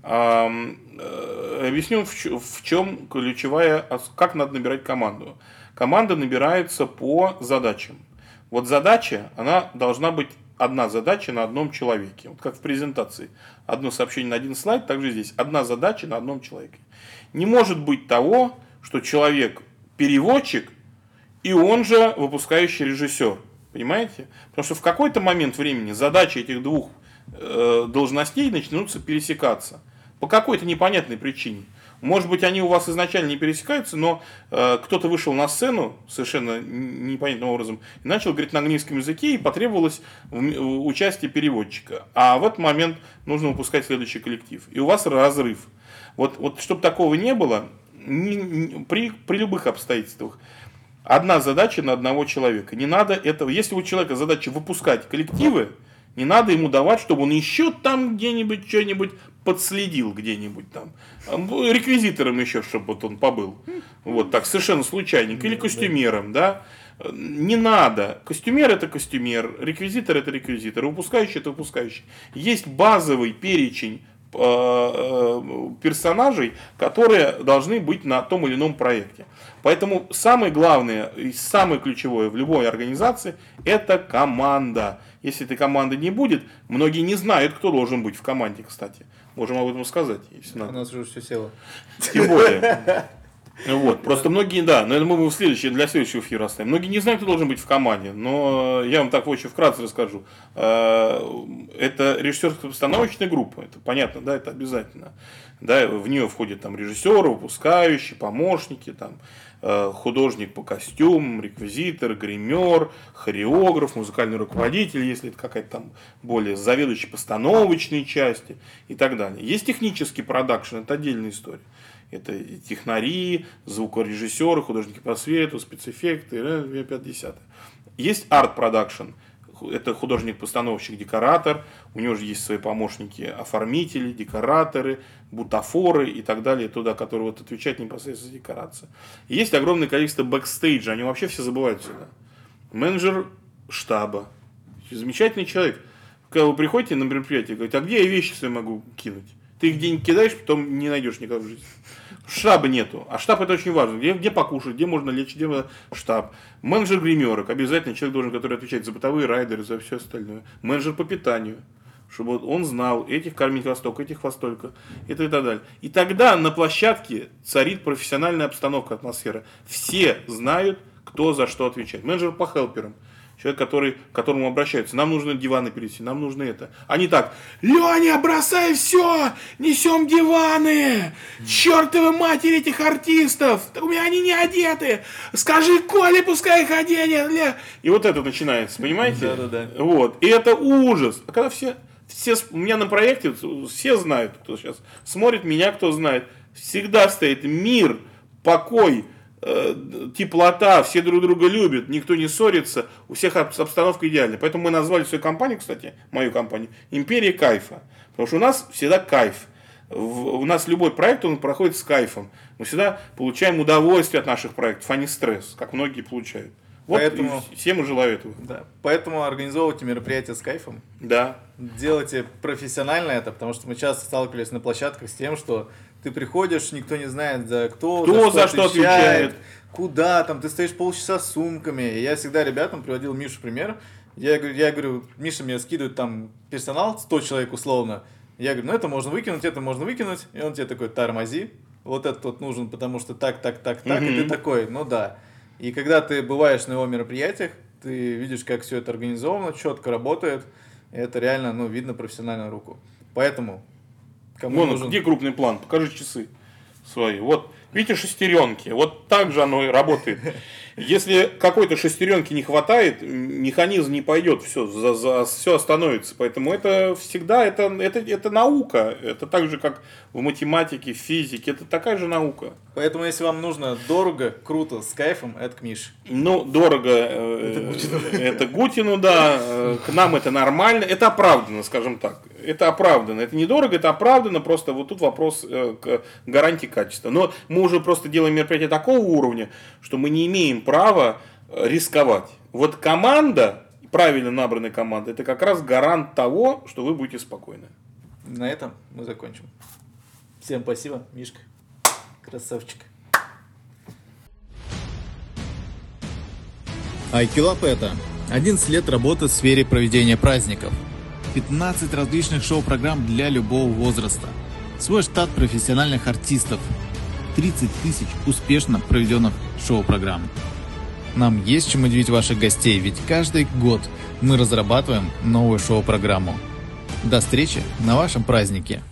Объясню, в чем ключевая, как надо набирать команду. Команда набирается по задачам. Вот задача, она должна быть одна задача на одном человеке. Вот как в презентации. Одно сообщение на один слайд, также здесь. Одна задача на одном человеке. Не может быть того, что человек переводчик, и он же выпускающий режиссер. Понимаете? Потому что в какой-то момент времени задачи этих 2 должностей начнутся пересекаться. По какой-то непонятной причине. Может быть, они у вас изначально не пересекаются, но кто-то вышел на сцену совершенно непонятным образом и начал говорить на английском языке, и потребовалось участие переводчика. А в этот момент нужно выпускать следующий коллектив. И у вас разрыв. Вот чтобы такого не было, при любых обстоятельствах, одна задача на одного человека. Не надо этого. Если у человека задача выпускать коллективы, не надо ему давать, чтобы он еще там где-нибудь что-нибудь подследил где-нибудь там. Реквизитором еще, чтобы он побыл. Вот так, совершенно случайненько. Или костюмером, да. Не надо. Костюмер – это костюмер, реквизитор – это реквизитор, выпускающий – это выпускающий. Есть базовый перечень персонажей, которые должны быть на том или ином проекте. Поэтому самое главное и самое ключевое в любой организации – это команда. Если этой команды не будет, многие не знают, кто должен быть в команде, кстати. Можем об этом сказать, если надо. У нас уже все село. Тем более. Вот, просто многие, да, но это мы для следующего эфира оставим. Многие не знают, кто должен быть в команде, но я вам так очень вкратце расскажу. Это режиссерско-постановочная группа, это понятно, да, это обязательно. Да, в нее входят там режиссеры, выпускающие, помощники, там, художник по костюмам, реквизитор, гример, хореограф, музыкальный руководитель, если это какая-то там более заведующий постановочной части и так далее. Есть технический продакшн, это отдельная история. Это технари, звукорежиссеры, художники по свету, спецэффекты, 5-10. Есть арт-продакшн, это художник-постановщик, декоратор, у него же есть свои помощники, оформители, декораторы, бутафоры и так далее, туда, которые вот отвечают непосредственно за декорацию. И есть огромное количество бэкстейджа, они вообще все забывают сюда. Менеджер штаба, замечательный человек. Когда вы приходите на мероприятие, говорите, а где я вещи свои могу кинуть? Ты их где-нибудь кидаешь, потом не найдешь никогда в жизни. Штаба нету. А штаб это очень важно. Где покушать, где можно лечь, где штаб. Менеджер гримерок. Обязательно человек должен, который отвечает за бытовые райдеры, за все остальное. Менеджер по питанию. Чтобы он знал, этих кормить во столько, этих во столько. И так далее. И тогда на площадке царит профессиональная обстановка, атмосфера. Все знают, кто за что отвечает. Менеджер по хелперам. Человек, к которому обращаются. Нам нужно диваны перевести, нам нужно это. А не так. Леня, бросай все! Несем диваны! Чертовы матери этих артистов! У меня они не одеты! Скажи Коле, пускай их оденет! И вот это начинается, понимаете? Да. Вот. И это ужас. А когда все у меня на проекте все знают, кто сейчас смотрит меня, кто знает. Всегда стоит мир, покой, теплота, все друг друга любят, никто не ссорится, у всех обстановка идеальная. Поэтому мы назвали свою компанию, кстати, мою компанию, «Империя кайфа». Потому что у нас всегда кайф. У нас любой проект, он проходит с кайфом. Мы всегда получаем удовольствие от наших проектов, а не стресс, как многие получают. Вот поэтому, всем и желаю этого. Да, поэтому организовывайте мероприятия с кайфом. Да. Делайте профессионально это, потому что мы часто сталкивались на площадках с тем, что ты приходишь, никто не знает, кто за что отвечает, куда там, ты стоишь полчаса с сумками. И я всегда ребятам приводил Мишу пример. Я говорю, Миша мне скидывает там персонал, 100 человек условно. Я говорю, это можно выкинуть, это можно выкинуть. И он тебе такой, тормози, вот этот вот нужен, потому что так, и ты такой, да. И когда ты бываешь на его мероприятиях, ты видишь, как все это организовано, четко работает. И это реально, видно профессиональную руку. Поэтому, кому нужен... Где крупный план? Покажи часы свои. Вот, видите, шестеренки. Вот так же оно и работает. Если какой-то шестеренки не хватает, механизм не пойдет, все остановится. Поэтому это всегда, это наука. Это так же, как в математике, в физике. Это такая же наука. Поэтому, если вам нужно дорого, круто, с кайфом, это к Мише. Дорого, это Гутину, да. К нам это нормально. Это оправданно, скажем так. Это оправданно. Это недорого, это оправданно. Просто вот тут вопрос к гарантии качества. Но мы уже просто делаем мероприятие такого уровня, что мы не имеем права рисковать. Вот команда, правильно набранная команда, это как раз гарант того, что вы будете спокойны. На этом мы закончим. Всем спасибо, Мишка. Красавчик. Айкилап это 11 лет работы в сфере проведения праздников. 15 различных шоу-программ для любого возраста. Свой штат профессиональных артистов. 30 тысяч успешно проведенных шоу-программ. Нам есть чем удивить ваших гостей, ведь каждый год мы разрабатываем новую шоу-программу. До встречи на вашем празднике.